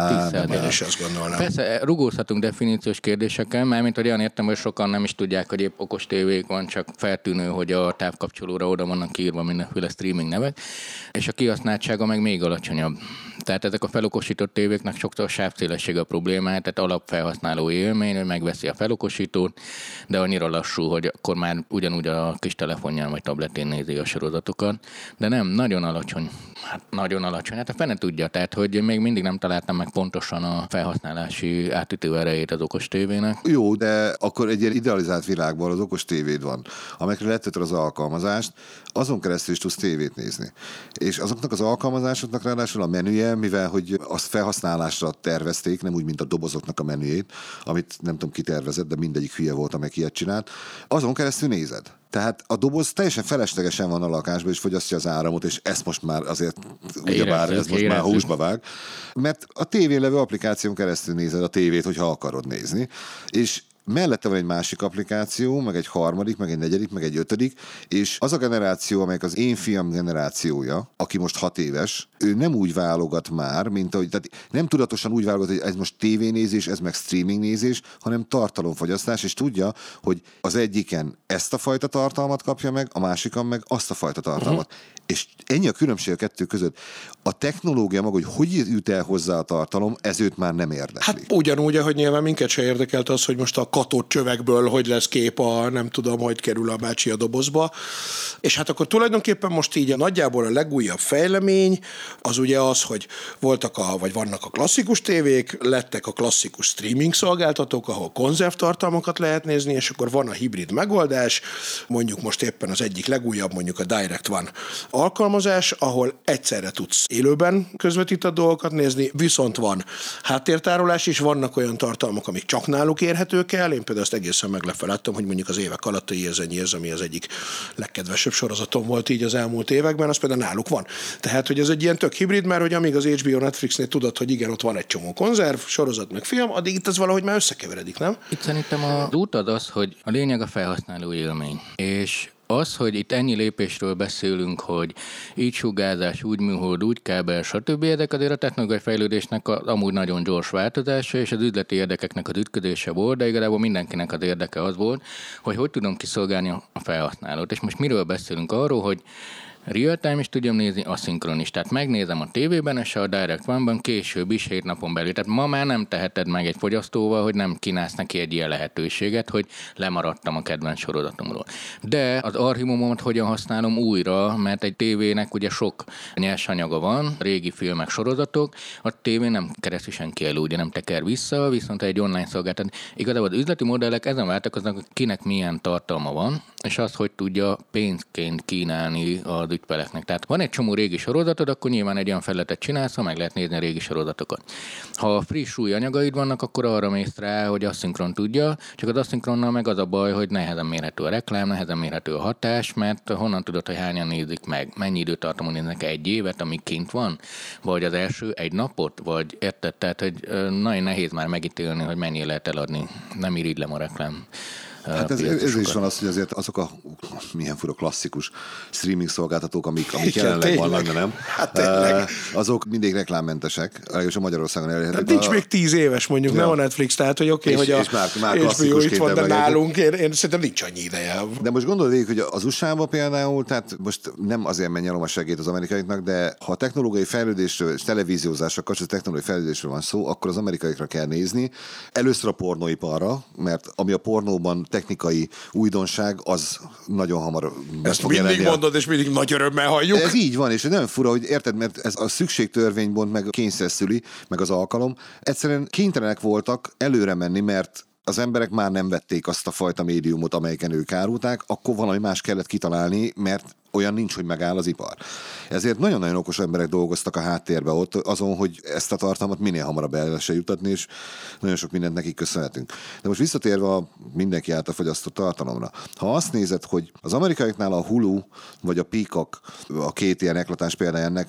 Speaker 2: Én is azt gondolnám.
Speaker 3: Persze, rugózhatunk definíciós kérdésekkel, mármint olyan értem, hogy sokan nem is tudják, hogy épp okos tévék van, csak feltűnő, hogy a távkapcsolóra oda vannak írva mindenféle streaming nevek, és a kihasználtsága meg még alacsonyabb. Tehát ezek a felokosított tévéknek sokszor sávszélesség a problémája, tehát alapfelhasználó élmény, hogy megveszi a felokosítót, de annyira lassú, hogy akkor már ugyanúgy a kis telefonján vagy tabletén nézi a sorozatokat, de nem, nagyon alacsony. Hát a fene tudja, tehát hogy még mindig nem találtam meg pontosan a felhasználási átütő erejét az okos tévének.
Speaker 4: Jó, de akkor egy ilyen idealizált világban az okos tévéd van, amelyekre letöltöd az alkalmazást, azon keresztül is tudsz tévét nézni. És azoknak az alkalmazásoknak ráadásul a menüje, mivel hogy azt felhasználásra tervezték, nem úgy, mint a dobozoknak a menüjét, amit nem tudom ki tervezett, de mindegyik hülye volt, amelyik ilyet csinált, azon keresztül nézed. Tehát a doboz teljesen feleslegesen van a lakásban, és fogyasztja az áramot, és ezt most már azért, ugyebár ez most már húsba vág. Mert a tévén levő applikáción keresztül nézed a tévét, hogyha akarod nézni. És mellette van egy másik applikáció, meg egy harmadik, meg egy negyedik, meg egy ötödik, és az a generáció, amelyik az én fiam generációja, aki most 6 éves, ő nem úgy válogat már, mint ahogy, tehát nem tudatosan úgy válogat, hogy ez most tévénézés, ez meg streaming nézés, hanem tartalomfogyasztás, és tudja, hogy az egyiken ezt a fajta tartalmat kapja meg, a másikon meg azt a fajta tartalmat. És ennyi a különbség a kettő között. A technológia maga, hogy jut el hozzá a tartalom, ez őt már nem érdekli.
Speaker 2: Hát ugyanúgy, ahogy nyilván minket se érdekelt az, hogy most a katód csövekből hogy lesz kép a nem tudom, hogy kerül a bácsi a dobozba. És hát akkor tulajdonképpen most így nagyjából a legújabb fejlemény az ugye az, hogy vannak a klasszikus tévék, lettek a klasszikus streaming szolgáltatók, ahol konzervtartalmakat lehet nézni, és akkor van a hibrid megoldás, mondjuk most éppen az egyik legújabb, mondjuk a Direct One alkalmazás, ahol egyszerre tudsz élőben közvetített dolgokat nézni, viszont van háttértárolás is, vannak olyan tartalmak, amik csak náluk érhetők el. Én például ezt egészen meglepve láttam, hogy mondjuk az évek alatt a Years and Years, ami az egyik legkedvesebb sorozatom volt így az elmúlt években, az például náluk van. Tehát, hogy ez egy ilyen tök hibrid, mert hogy amíg az HBO Netflixnél tudod, hogy igen, ott van egy csomó konzerv, sorozat meg film, addig itt ez valahogy már összekeveredik, nem?
Speaker 3: Itt szerintem az út az, hogy a lényeg a felhasználó élmény. És az, hogy itt ennyi lépésről beszélünk, hogy így sugárzás, úgy műhold, úgy kábel, stb. Ezek azért a technológiai fejlődésnek amúgy nagyon gyors változása, és az üzleti érdekeknek az ütközése volt, de igazából mindenkinek az érdeke az volt, hogy tudom kiszolgálni a felhasználót. És most miről beszélünk? Arról, hogy real-time is tudjam nézni, aszinkron is. Tehát megnézem a tévében, és a Direct One-ban később is 7 napon belül. Tehát ma már nem teheted meg egy fogyasztóval, hogy nem kínálsz neki egy ilyen lehetőséget, hogy lemaradtam a kedvenc sorozatomról. De az archívumomat hogyan használom újra, mert egy tévének ugye sok nyersanyaga van, régi filmek, sorozatok, a tévé nem keresi senki elő, ugye nem teker vissza, viszont egy online szolgáltató. Igazából az üzleti modellek ezen váltakoznak, hogy kinek milyen tartalma van, és azt, hogy tudja pénzként kínálni az ügyfeleknek. Tehát van egy csomó régi sorozatod, akkor nyilván egy olyan felületet csinálsz, ha meg lehet nézni a régi sorozatokat. Ha friss új anyagaid vannak, akkor arra mész rá, hogy aszinkron tudja, csak az aszinkronnal meg az a baj, hogy nehezen mérhető a reklám, nehezen mérhető a hatás, mert honnan tudod, hogy hányan nézik meg, mennyi időtartamon néznek egy évet, amíg kint van, vagy az első egy napot, vagy érted? Tehát, hogy nagyon nehéz már megítélni, hogy mennyi lehet eladni. Nem irigylem a reklám.
Speaker 4: Hát ez is van az, hogy azért azok a milyen fura klasszikus streaming szolgáltatók, amik jelenleg vannak, de nem.
Speaker 2: Hát
Speaker 4: azok mindig reklámmentesek, legalábbis a Magyarországon elérhetők.
Speaker 2: Nincs még 10 éves mondjuk, nem a Netflix, tehát hogy oké, hogy a HBO itt van, de nálunk én szerintem nincs annyi ideje.
Speaker 4: De most gondold végig, hogy az USA-ban például, tehát most nem azért menj a segít az amerikaiaknak, de ha a technológiai fejlődésről és televíziózásra kapcsolatos technológiai fejlődésről van szó, akkor az amerikaiakra kell nézni. Először a pornóiparra, mert ami a pornóban technikai újdonság, az nagyon hamar
Speaker 2: ezt mindig jelenni. Mondod, és mindig nagy örömmel halljuk.
Speaker 4: Ez így van, és nagyon fura, hogy érted, mert ez a szükségtörvénybont meg kényszerszüli, meg az alkalom. Egyszerűen kénytelenek voltak előre menni, mert az emberek már nem vették azt a fajta médiumot, amelyiken ők árulták, akkor valami más kellett kitalálni, mert olyan nincs, hogy megáll az ipar. Ezért nagyon-nagyon okos emberek dolgoztak a háttérbe ott azon, hogy ezt a tartalmat minél hamarabb el lehessen jutatni, és nagyon sok mindent nekik köszönhetünk. De most visszatérve a mindenki által fogyasztott tartalomra. Ha azt nézed, hogy az amerikaiaknál a Hulu vagy a Peacock, a két ilyen eklatás példája ennek,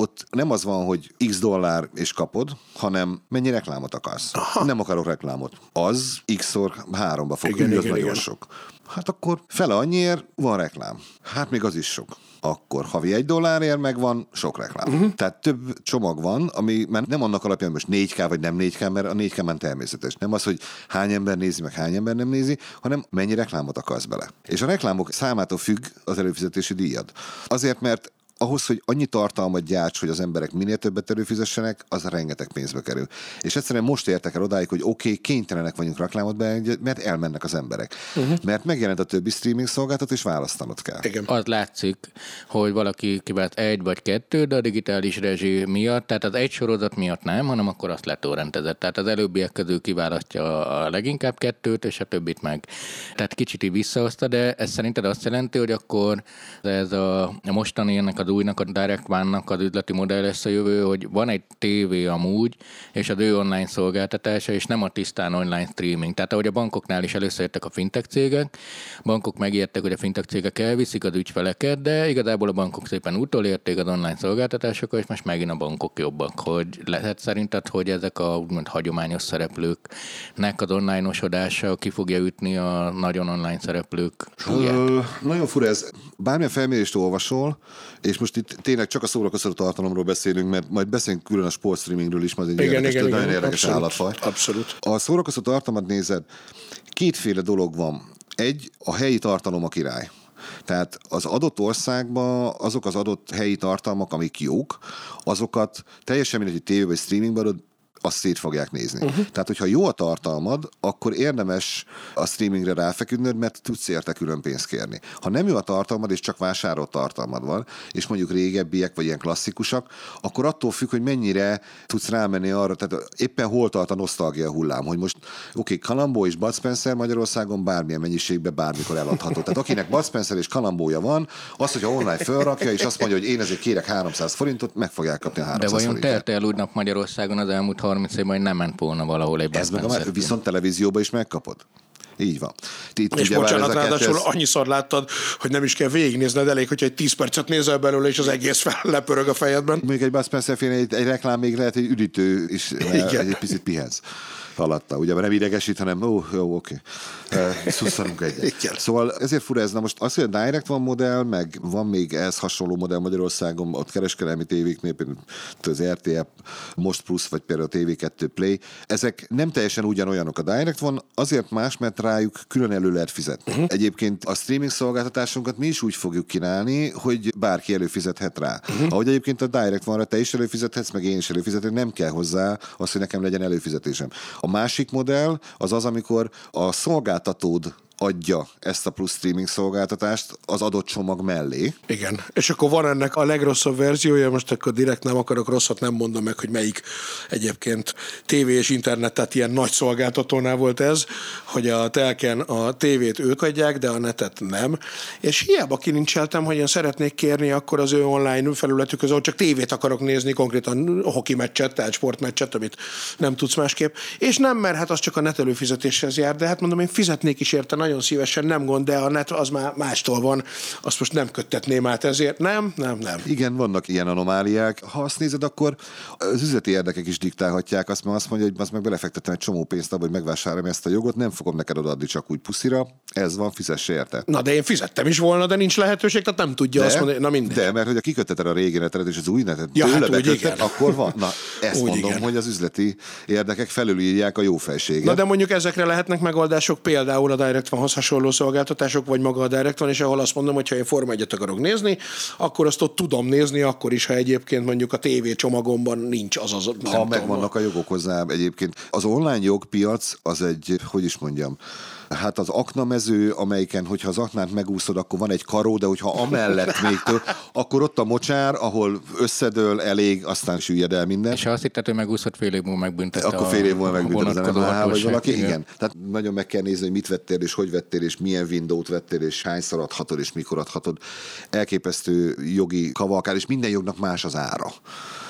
Speaker 4: ott nem az van, hogy x dollár és kapod, hanem mennyi reklámot akarsz. Aha. Nem akarok reklámot. Az x-szor 3-ba fog, igen, nagyon sok. Hát akkor fele annyiért van reklám. Hát még az is sok. Akkor havi $1 megvan sok reklám. Tehát több csomag van, ami már nem annak alapján, most 4K vagy nem 4K, mert a 4K már természetes. Nem az, hogy hány ember nézi, meg hány ember nem nézi, hanem mennyi reklámot akarsz bele. És a reklámok számától függ az előfizetési díjad. Azért, mert ahhoz, hogy annyi tartalmat gyárts, hogy az emberek minél többet előfizessenek, az rengeteg pénzbe kerül. És egyszerűen most értek el odáig, hogy oké, kénytelenek vagyunk reklámot beengedni, mert elmennek az emberek. Mert megjelent a többi streaming szolgáltató, és választanod kell.
Speaker 2: Igen.
Speaker 3: Az látszik, hogy valaki kivált 1 vagy 2, de a digitális rezsi miatt, tehát az egy sorozat miatt nem, hanem akkor azt letorrentezett. Tehát az előbbiek közül kiválasztja a leginkább 2-t, és a többit meg. Tehát kicsit így visszahozta, de ez szerinted azt jelenti, hogy akkor ez a mostani ennek az újnak, a Direct One-nak az üzleti modell lesz a jövő, hogy van egy tévé amúgy, és az ő online szolgáltatása, és nem a tisztán online streaming. Tehát ahogy a bankoknál is először jöttek a fintech cégek, bankok megijedtek, hogy a fintech cégek elviszik az ügyfeleket, de igazából a bankok szépen utolérték az online szolgáltatásokat, és most megint a bankok jobbak. Hogy lehet szerinted, hogy ezek a úgymond hagyományos szereplőknek az online-osodása ki fogja ütni a nagyon online szereplők súlyát?
Speaker 4: Nagyon fura ez. Bármilyen felmérést olvasol, és most itt tényleg csak a szórakoztató tartalomról beszélünk, mert majd beszélünk külön a sportstreamingről is, mert ez egy nagyon érdekes állatfaj.
Speaker 2: Abszolút.
Speaker 4: A szórakoztató tartalmat nézed, kétféle dolog van. Egy, a helyi tartalom a király. Tehát az adott országban azok az adott helyi tartalmak, amik jók, azokat teljesen mindegy, hogy tévé vagy streamingben adod, azt szét fogják nézni. Tehát, hogyha jó a tartalmad, akkor érdemes a streamingre ráfeküdnöd, mert tudsz érte külön pénzt kérni. Ha nem jó a tartalmad, és csak vásárolt tartalmad van, és mondjuk régebbiek, vagy ilyen klasszikusak, akkor attól függ, hogy mennyire tudsz rámenni arra, tehát éppen hol tart a nosztalgia hullám, hogy most Columbo és Bud Spencer Magyarországon bármilyen mennyiségben bármikor eladható. Tehát akinek Bud Spencer és Columboja van, az, hogyha online felrakja, és azt mondja, hogy én ezért kérek 300 forintot, meg fogják kapni a 300 forintot.
Speaker 3: De vajon telt el úgy nap Magyarországon az elmúlt 30 évben, hogy nem ment volna valahol egy
Speaker 4: ez meg viszont televízióban is megkapod. Így van.
Speaker 2: És bocsánat, ráadásul annyiszor láttad, hogy nem is kell végignézned, elég, hogyha egy 10 percet nézel belőle, és az egész lepörög a fejedben.
Speaker 4: Még egy Bud Spencer-fél egy reklám még lehet egy üdítő is, egy picit pihensz alatta. Ugye nem idegesít, hanem jó, oké. Szusszanunk egyet. Szóval ezért fura ez. Na most az, hogy a Direct One modell, meg van még ehhez hasonló modell Magyarországon, ott kereskedelmi tévéknél, például az RTL Most Plus, vagy például a TV2 Play, ezek nem teljesen ugyanolyanok. A Direct One azért más, mert rájuk külön elő lehet fizetni. Egyébként a streaming szolgáltatásunkat mi is úgy fogjuk kínálni, hogy bárki előfizethet rá. Ahogy egyébként a Direct One-ra te is előfizethetsz, meg én is előfizetek, nem kell hozzá az, hogy nekem legyen előfizetésem. A másik modell az az, amikor a szolgáltatód adja ezt a plusz streaming szolgáltatást az adott csomag mellé.
Speaker 2: Igen, és akkor van ennek a legrosszabb verziója, most akkor direkt nem akarok rosszat, nem mondom meg, hogy melyik egyébként tévé és internet, tehát ilyen nagy szolgáltatónál volt ez, hogy a telken a tévét ők adják, de a netet nem. És hiába kilincseltem, hogy én szeretnék kérni akkor az ő online felületük, ahol csak tévét akarok nézni, konkrétan hoki meccset, tehát sportmeccset, amit nem tudsz másképp. És nem, mert hát az csak a net előfizetéshez jár, de hát mondom, én fizetnék is érte nagyon szívesen, nem gond, de a net az már mástól van, azt most nem köttetném át ezért. Nem.
Speaker 4: Igen, vannak ilyen anomáliák. Ha azt nézed, akkor az üzleti érdekek is diktálhatják azt, mert azt mondja, hogy azt meg belefektettem egy csomó pénzt abba, hogy megvásároljam ezt a jogot, nem fogom neked odaadni csak úgy puszira, ez van, fizess érte.
Speaker 2: Na, de én fizettem is volna, de nincs lehetőség, tehát nem tudja azt mondani, na mindegy.
Speaker 4: De, mert hogy a kikötteted a régi netedet és az új netet tőle bekötted, akkor van. Na, ezt úgy mondom, igen. Hogy az üzleti érdekek felülírják a jófejséget.
Speaker 2: Na, de mondjuk ezekre lehetnek megoldások, például a Direct One-hoz hasonló szolgáltatások, vagy maga a Direct One, és ahol azt mondom, hogy ha én Forma 1-et akarok nézni, akkor azt ott tudom nézni, akkor is, ha egyébként mondjuk a TV csomagomban nincs az.
Speaker 4: Ha megvannak a jogok hozzá egyébként. Az online jogpiac az egy, hogy is mondjam, hát az aknamező, amelyiken, hogyha az aknát megúszod, akkor van egy karó, de hogyha amellett még akkor ott a mocsár, ahol összedől elég, aztán süllyed el minden.
Speaker 3: És ha azt hitted, hogy megúszod, fél év múlva megbüntette
Speaker 4: akkor fél év múlva megbüntette az NMH, vagy valaki. Igen. Tehát nagyon meg kell nézni, hogy mit vettél, és hogy vettél, és milyen Windows-t vettél, és hányszor adhatod, és mikor adhatod. Elképesztő jogi kavalkál, és minden jognak más az ára.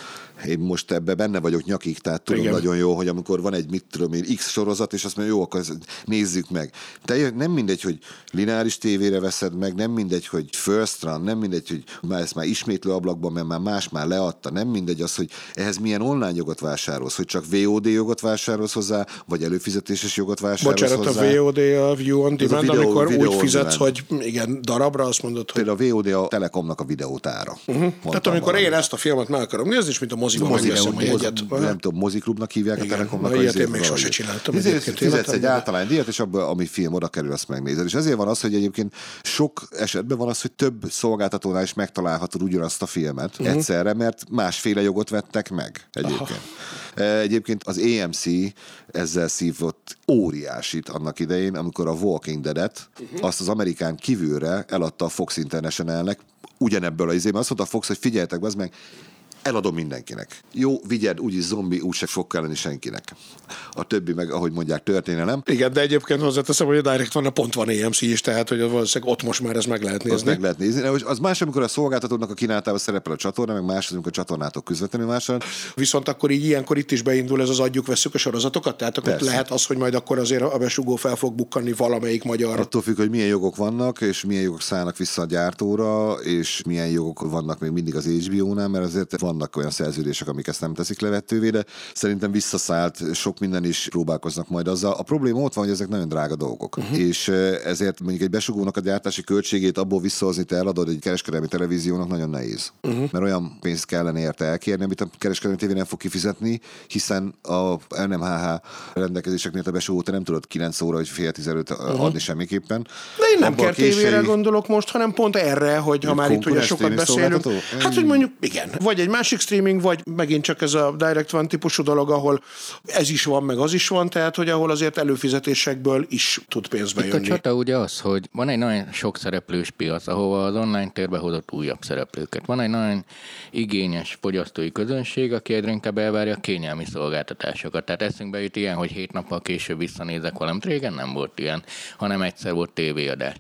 Speaker 4: én most ebbe benne vagyok nyakig, tehát tudom nagyon jó, hogy amikor van egy, mit tudom én, X sorozat, és azt mondja, jó, akkor nézzük meg. Nem mindegy, hogy lineáris tévére veszed meg, nem mindegy, hogy first run, nem mindegy, hogy ezt már ismétlő ablakban, mert már más már leadta, nem mindegy az, hogy ehhez milyen online jogot vásárolsz, hogy csak VOD jogot vásárolsz hozzá, vagy előfizetéses jogot vásárolsz hozzá.
Speaker 2: Bocsánat, a VOD a View on Demand, amikor úgy fizetsz, hogy igen, darabra azt mondod, hogy...
Speaker 4: Például a VOD a Telekomnak a videótára.
Speaker 2: Tehát amikor én ezt a filmet meg akarom nézni, és mint a moziban megveszem a jegyet.
Speaker 4: Nem tudom, moziklubnak hívják a Telekomnak.
Speaker 2: Ilyet én még sose csináltam.
Speaker 4: Fizetsz egy általány díjat, és abban, ami film oda kerül, azt megnézed. És ezért van az, hogy egyébként sok esetben van az, hogy több szolgáltatónál is megtalálhatod ugyanazt a filmet egyszerre, mert másféle jogot vettek meg egyébként. Egyébként az AMC ezzel szívott óriásit annak idején, amikor a Walking Dead-et azt az Amerikán kívülre eladta a Fox Internationalnek, ugyanebből az izében. Azt mondta a Fox, hogy figyeljetek, az meg, eladom mindenkinek. Jó, vigyed, úgyis zombi, úgyse fog kelleni senkinek. A többi meg, ahogy mondják, történelem.
Speaker 2: Igen, de egyébként hozzáteszem, hogy a Direct van, pont van AMC is, tehát hogy valószínűleg ott most már ez meg lehet nézni.
Speaker 4: Azt meg lehet nézni. Az más, amikor a szolgáltatónak a kínálatában szerepel a csatorna, meg más, amikor a csatornától közvetlenül vásárol.
Speaker 2: Viszont akkor így ilyenkor itt is beindul ez az adjuk, vesszük a sorozatokat, tehát akkor lehet az, hogy majd akkor azért a besugó fel fog bukkanni valamelyik magyar.
Speaker 4: Attól függ, hogy milyen jogok vannak, és milyen jogok szállnak vissza a gyártóra, és milyen jogok vannak még mindig az HBO-nál, mert azért vannak olyan szerződések, amik ezt nem teszik lehetővé, de szerintem visszaszállt, sok minden is próbálkoznak majd azzal. A probléma ott van, hogy ezek nagyon drága dolgok. És ezért mondjuk egy besugónak a gyártási költségét abból visszahozni, te eladod egy kereskedelmi televíziónak nagyon nehéz. Mert olyan pénzt kellene érte elkérni, amit a kereskedelmi tévé nem fog kifizetni, hiszen a NMHH rendelkezéseknél a besugót nem tudod 9 óra vagy fél 15 adni semmiképpen.
Speaker 2: De én nem kell tévére gondolok most, hanem pont erre, hogy ha már itt ugye sokat beszélünk. Hát, hogy mondjuk igen, vagy egy másik streaming, vagy megint csak ez a Direct One típusú dolog, ahol ez is van, meg az is van, tehát hogy ahol azért előfizetésekből is tud pénzbe jönni.
Speaker 3: Itt a csata ugye az, hogy van egy nagyon sok szereplős piac, ahova az online térbe hozott újabb szereplőket. Van egy nagyon igényes fogyasztói közönség, aki egyre inkább elvárja a kényelmi szolgáltatásokat. Tehát eszünkbe jut ilyen, hogy 7 nappal később visszanézek valamit. Régen nem volt ilyen, hanem egyszer volt tévéadás.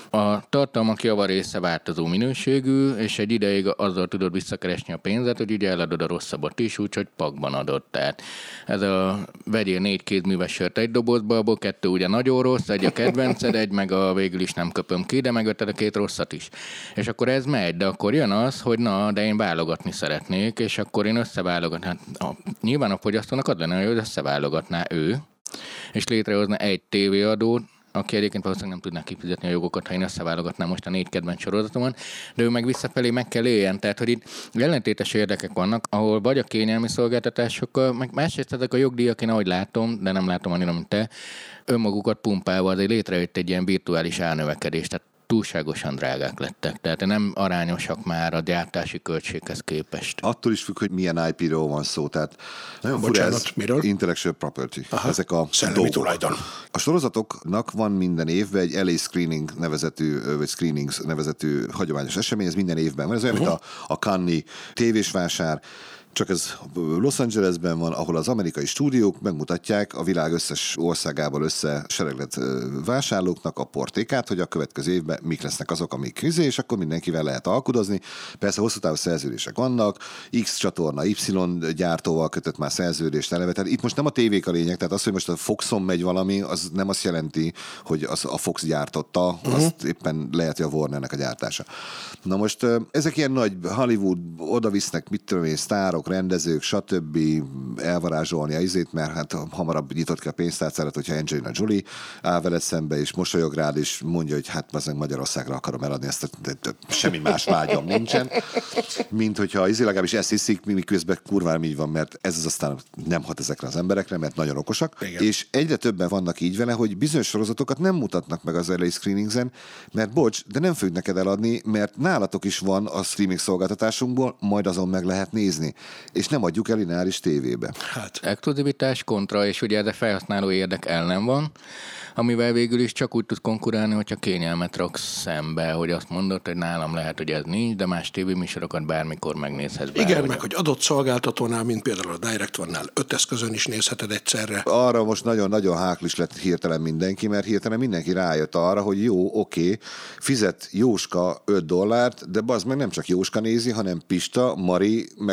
Speaker 3: A tartalmak java része változó minőségű, és egy ideig azzal tudod visszakeresni a pénzet, hogy ugye eladod a rosszabbat is, úgyhogy pakban adod. Tehát ez a vegyél 4 kézműves sört egy dobozba, abból 2 ugye nagyon rossz, egy a kedvenced, egy meg a végül is nem köpöm ki, de megvetted a 2 rosszat is. És akkor ez megy, de akkor jön az, hogy na, de én válogatni szeretnék, és akkor én összeválogatnám. Hát, nyilván a fogyasztónak az lenne, hogy összeválogatná ő, és létrehozna egy tévéadót, aki egyébként valószínűleg nem tudná kifizetni a jogokat, ha én összeválogatnám most a 4 kedvenc sorozatomon, de ő meg visszafelé meg kell éljen. Tehát, hogy itt ellentétes érdekek vannak, ahol vagy a kényelmi szolgáltatásokkal, meg másrészt ezek a jogdíjak, én ahogy látom, de nem látom annyira, mint te, önmagukat pumpálva azért létrejött egy ilyen virtuális árnövekedés. Tehát túlságosan drágák lettek, tehát nem arányosak már a gyártási költséghez képest.
Speaker 4: Attól is függ, hogy milyen IP-ről van szó, tehát nagyon fura ez intellectual property.
Speaker 2: Aha,
Speaker 4: ezek a
Speaker 2: szellemi tulajdon.
Speaker 4: A sorozatoknak van minden évben egy LA Screening nevezetű, vagy Screenings nevezetű hagyományos esemény, ez minden évben van. Ez olyan, mint a Cannes tévés vásár, csak ez Los Angelesben van, ahol az amerikai stúdiók megmutatják a világ összes országából összesereglett vásárlóknak a portékát, hogy a következő évben mik lesznek azok, amik és akkor mindenkivel lehet alkudozni. Persze hosszú távú szerződések vannak, X csatorna, Y gyártóval kötött már szerződést eleve. Tehát itt most nem a tévék a lényeg, tehát az, hogy most a Foxon megy valami, az nem azt jelenti, hogy az a Fox gyártotta, azt éppen lehet, hogy a Warnernek a gyártása. Na most ezek ilyen nagy Hollywood, oda visznek, mit tudom én, sztárok, rendezők, stb. Elvarázsolni a izét, mert hát hamarabb nyitott ki a pénztárcárat, hogyha Angelina Jolie áll veled szembe, és mosolyog rád, és mondja, hogy hát az Magyarországra akarom eladni, ezt semmi más vágyam nincsen, mint hogyha legalábbis ezt hiszik, miközben kurvára így van, mert ez az aztán nem hat ezekre az emberekre, mert nagyon okosak, igen. És egyre többen vannak így vele, hogy bizonyos sorozatokat nem mutatnak meg az LA Screeningsen, mert bocs, de nem fogjuk neked eladni, mert nálatok is van a streaming szolgáltatásunkból, majd azon meg lehet nézni. És nem adjuk el lineáris tévébe.
Speaker 2: Hát.
Speaker 3: Exkluzivitás kontra, és ugye ez a felhasználó érdek ellen van, amivel végül is csak úgy tud konkurálni, hogyha kényelmet raksz szembe, hogy azt mondod, hogy nálam lehet, hogy ez nincs, de más tévéműsorokat bármikor megnézhetsz.
Speaker 2: Igen, meg hogy adott szolgáltatónál, mint például a Direct One-nál 5 eszközön is nézheted egyszerre.
Speaker 4: Arra most nagyon-nagyon háklis lett hirtelen mindenki, mert hirtelen mindenki rájött arra, hogy jó, oké, fizet Jóska $5, de bazd meg nem csak Jóska nézi, hanem Pista, Mari, meg Laci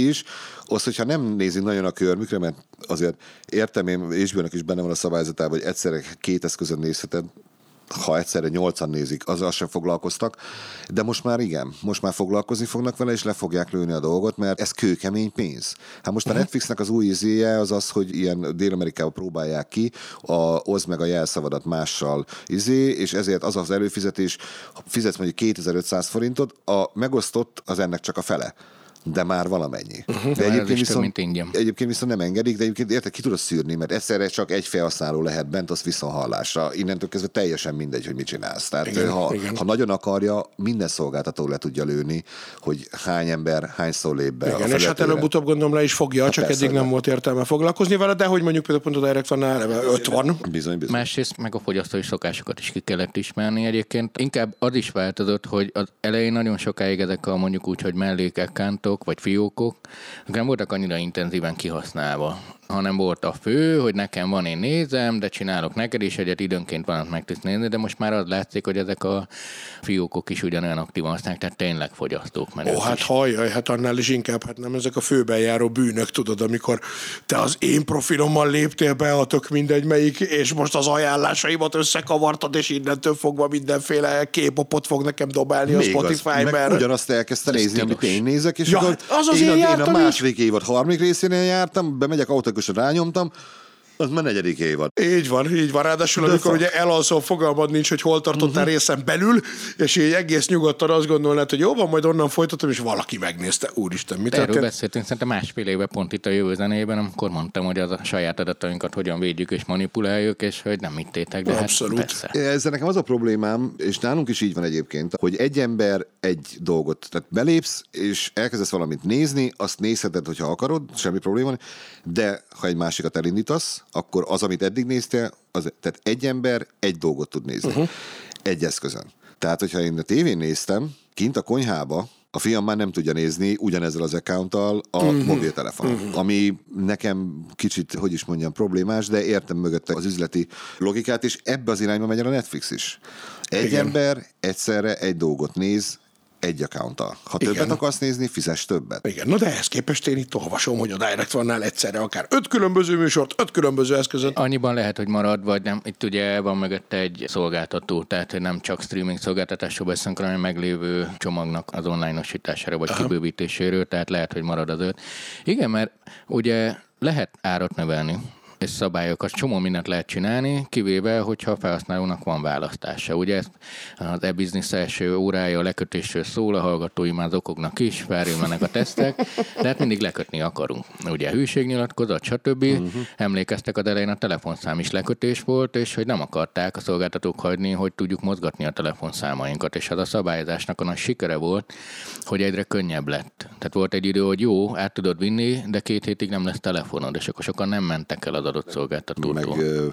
Speaker 4: is, az, hogyha nem nézünk nagyon a körmükre, mert azért értem én, HBO-nak is benne van a szabályzatában, hogy egyszerre 2 eszközön nézheted, ha egyszerre 8-an nézik, azzal sem foglalkoztak, de most már igen, most már foglalkozni fognak vele, és le fogják lőni a dolgot, mert ez kőkemény pénz. Hát most a Netflixnek az új izéje az az, hogy ilyen Dél-Amerikában próbálják ki, oszd meg a jelszavadat mással és ezért az az előfizetés, fizetsz mondjuk 2500 forintot, a megosztott az ennek csak a fele. De már valamennyi. De egyébként viszont nem engedik, de egyébként érted, ki tudod szűrni, mert egyszerre csak egy felhasználó lehet bent, az viszonthallásra. Innentől kezdve teljesen mindegy, hogy mit csinálsz. Tehát igen. Ha nagyon akarja, minden szolgáltató le tudja lőni, hogy hány ember, hányszor lép be.
Speaker 2: Igen, és hát előbb-utóbb gondolom le is fogja, hát csak persze, eddig nem volt értelme foglalkozni vele, de hogy mondjuk például pont a Direct van 5 van.
Speaker 4: Bizony.
Speaker 3: Másrészt meg a fogyasztói szokásokat is ki kellett ismerni egyébként. Inkább az is változott, hogy az elején nagyon sokáig ezek a mondjuk úgy, hogy mellékekántok, vagy fiókok, nem voltak annyira intenzíven kihasználva, hanem volt a fő, hogy nekem van, én nézem, de csinálok neked is egyet, időnként van, meg tudsz nézni, de most már az látszik, hogy ezek a fiókok is ugyanolyan aktívan használják, tehát tényleg fogyasztók.
Speaker 2: Hát hajjaj, hát annál is inkább, hát nem ezek a főben járó bűnök, tudod, amikor te az én profilommal léptél be, a tök mindegy melyik, és most az ajánlásaimat összekavartad, és innentől fogva mindenféle képopot fog nekem dobálni a Spotify, mert...
Speaker 4: Ugyanazt elkezdte nézni, amit én nézek, és
Speaker 2: ja,
Speaker 4: akkor én a második évad harmadik részénél jártam, bemegyek autokusan rányomtam, az már 4. évad.
Speaker 2: Így van. Ráadásul, amikor ugye elalszol, fogalmad nincs, hogy hol tartottál részen belül, és így egész nyugodtan azt gondolnád, hogy jó van, majd onnan folytatom, és valaki megnézte. Úristen, mit
Speaker 3: erről beszéltünk, szerintem 1,5 éve pont itt a Jövő Zenében, amikor mondtam, hogy az a saját adatainkat hogyan védjük és manipuláljuk, és hogy nem hittétek, de
Speaker 2: abszolút.
Speaker 3: Hát
Speaker 4: ezzel nekem az a problémám, és nálunk is így van egyébként, hogy egy ember egy dolgot, tehát belépsz, és elkezdesz valamit nézni, azt nézheted, hogyha akarod, semmi probléma, de ha egy másikat elindítasz, akkor az, amit eddig néztél, tehát egy ember egy dolgot tud nézni. Egy eszközön. Tehát, hogyha én a tévén néztem, kint a konyhába, a fiam már nem tudja nézni ugyanezzel az accounttal a mobiltelefonon. Ami nekem kicsit, hogy is mondjam, problémás, de értem mögötte az üzleti logikát, és ebbe az irányba megy el a Netflix is. Egy ember egyszerre egy dolgot néz, egy accounttal. Ha többet akarsz nézni, fizess többet.
Speaker 2: Igen, de ehhez képest én itt olvasom, hogy a Direct One-nál egyszerre akár 5 különböző műsort, 5 különböző eszközön.
Speaker 3: Annyiban lehet, hogy marad, vagy nem. Itt ugye van mögötte egy szolgáltató, tehát hogy nem csak streaming szolgáltatásról beszélünk, hanem meglévő csomagnak az online-osítására vagy kibővítéséről, tehát lehet, hogy marad az 5. Igen, mert ugye lehet árat növelni, és szabályokat, csomó mindent lehet csinálni, kivéve, hogyha a felhasználónak van választása. Ugye ez az e-business első órája a lekötésről szól, a hallgatói már zokognak is, felülmennek a tesztek, de hát mindig lekötni akarunk. Ugye hűségnyilatkozat, stb. Emlékeztek, az elején a telefonszám is lekötés volt, és hogy nem akarták a szolgáltatók hagyni, hogy tudjuk mozgatni a telefonszámainkat, és az a szabályozásnak a nagy sikere volt, hogy egyre könnyebb lett. Tehát volt egy idő, hogy jó, át tudod vinni, de 2 hétig nem lesz telefonod, és akkor sokan nem mentek el az adott szolgáltatótól.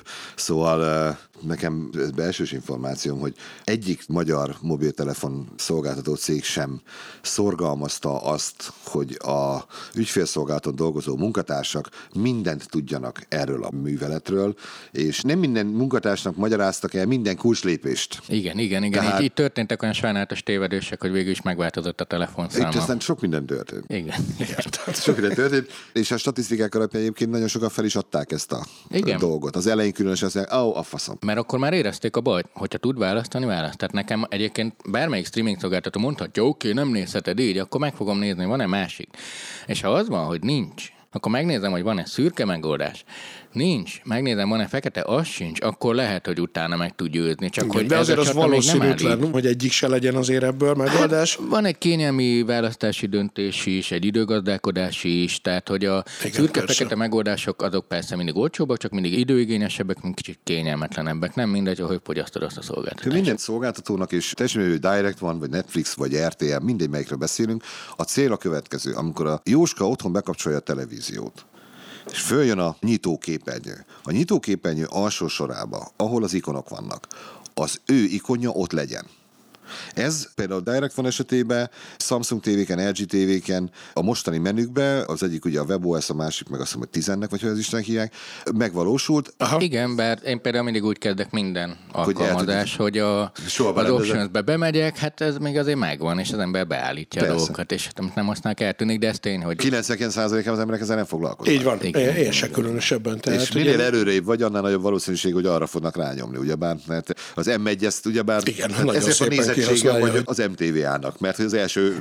Speaker 4: Szóval nekem belsős információm, hogy egyik magyar mobiltelefon szolgáltató cég sem szorgalmazta azt, hogy a ügyfélszolgálaton dolgozó munkatársak mindent tudjanak erről a műveletről, és nem minden munkatársnak magyaráztak el minden kulcslépést.
Speaker 3: Igen. Tehát... Itt történtek olyan sajnálatos tévedések, hogy végül is megváltozott a telefonszáma.
Speaker 4: Itt aztán sok minden történt.
Speaker 3: Igen.
Speaker 4: Sok minden történt, és a statisztikák alapján egyébként nagyon sokan fel is adták ezt a dolgot. Az elején különösen azt mondják, a faszom.
Speaker 3: Mert akkor már érezték a bajt, hogyha tud választani, választ. Tehát nekem egyébként bármelyik streaming szolgáltató mondhatja, oké, nem nézheted így, akkor meg fogom nézni, van-e másik. És ha az van, hogy nincs, akkor megnézem, hogy van-e szürke megoldás. Nincs. Megnézem, van-e fekete, az sincs, akkor lehet, hogy utána meg tud győzni. Csak hogy
Speaker 2: de azért az valószínűtlen, hogy egyik se legyen azért ebből megoldás.
Speaker 3: Hát, van egy kényelmi választási döntés is, egy időgazdálkodási is, tehát hogy a szürke-fekete megoldások azok persze mindig olcsóbbak, csak mindig időigényesebbek, mint kicsit kényelmetlenebbek. Nem mindegy, hogy fogyasztod azt a szolgáltatást.
Speaker 4: Minden szolgáltatónak is, teljesen hogy Direct van, vagy Netflix, vagy RTL, mindegy melyikről beszélünk, a cél a következő. Amikor a Jóska otthon bekapcsolja a televíziót, és följön a nyitóképernyő. A nyitóképernyő alsó sorába, ahol az ikonok vannak, az ő ikonja ott legyen. Ez például a Direct One esetében, Samsung TV-ken, LG TV-ken, a mostani menükbe, az egyik ugye a WebOS, a másik meg azt hiszem, hogy 10-nek, vagy hogy az Isten hívják, megvalósult.
Speaker 3: Aha. Igen, bár én például mindig úgy kezdek minden alkalmazás, hogy az Options-be bemegyek, hát ez még azért megvan, és az ember beállítja a dolgokat, és nem aztán eltűnik, de ez tény, hogy
Speaker 4: 99%-ában az emberek ezzel nem foglalkoznak.
Speaker 2: Így van, én se különösebben. Tehát,
Speaker 4: és minél előrébb vagy, annál nagyobb valószínűség, hogy arra fognak rányomni, ugyebár, mert az M1 ezt ugyebár,
Speaker 2: igen,
Speaker 4: ezért a nézettsége vagy az MTV-ának, mert az első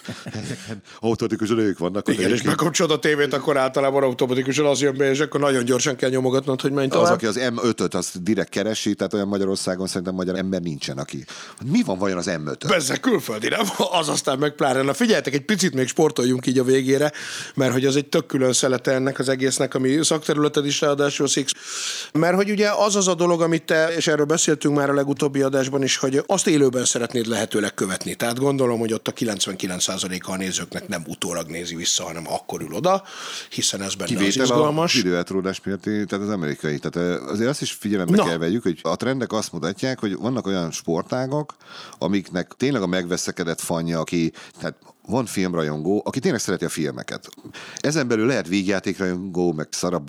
Speaker 4: automatikusan ők vannak.
Speaker 2: Igen, és bekapcsolod a tévét, akkor általában automatikusan az jön be, és akkor nagyon gyorsan kell nyomogatnod, hogy menj tovább.
Speaker 4: Az, aki az M5-öt, azt direkt keresi, tehát olyan Magyarországon szerintem magyar ember nincsen, aki. Mi van vajon az M5-ön?
Speaker 2: Bezze külföldi, nem? Az aztán meg pláne. Na figyeljetek, egy picit még sportoljunk így a végére, mert hogy az egy tök külön szelete ennek az egésznek, ami szakterületed is ráadásul Six. Mert hogy ugye az a dolog, amit te, és erről beszéltünk már a legutóbbi adásban is, hogy azt élőben szeretnéd lehetőleg követni. Tehát gondolom, hogy ott a 99%-a a nézőknek nem utólag nézi vissza, hanem akkor ül oda, hiszen ez benne az izgalmas.
Speaker 4: A videóeltródás miatt, tehát az amerikai. Tehát azért azt is figyelembe kell vegyük, hogy a trendek azt mutatják, hogy vannak olyan sportágak, amiknek tényleg a megveszekedett fanja, aki, tehát van filmrajongó, aki tényleg szereti a filmeket. Ezen belül lehet vígjátékrajongó, meg Sarah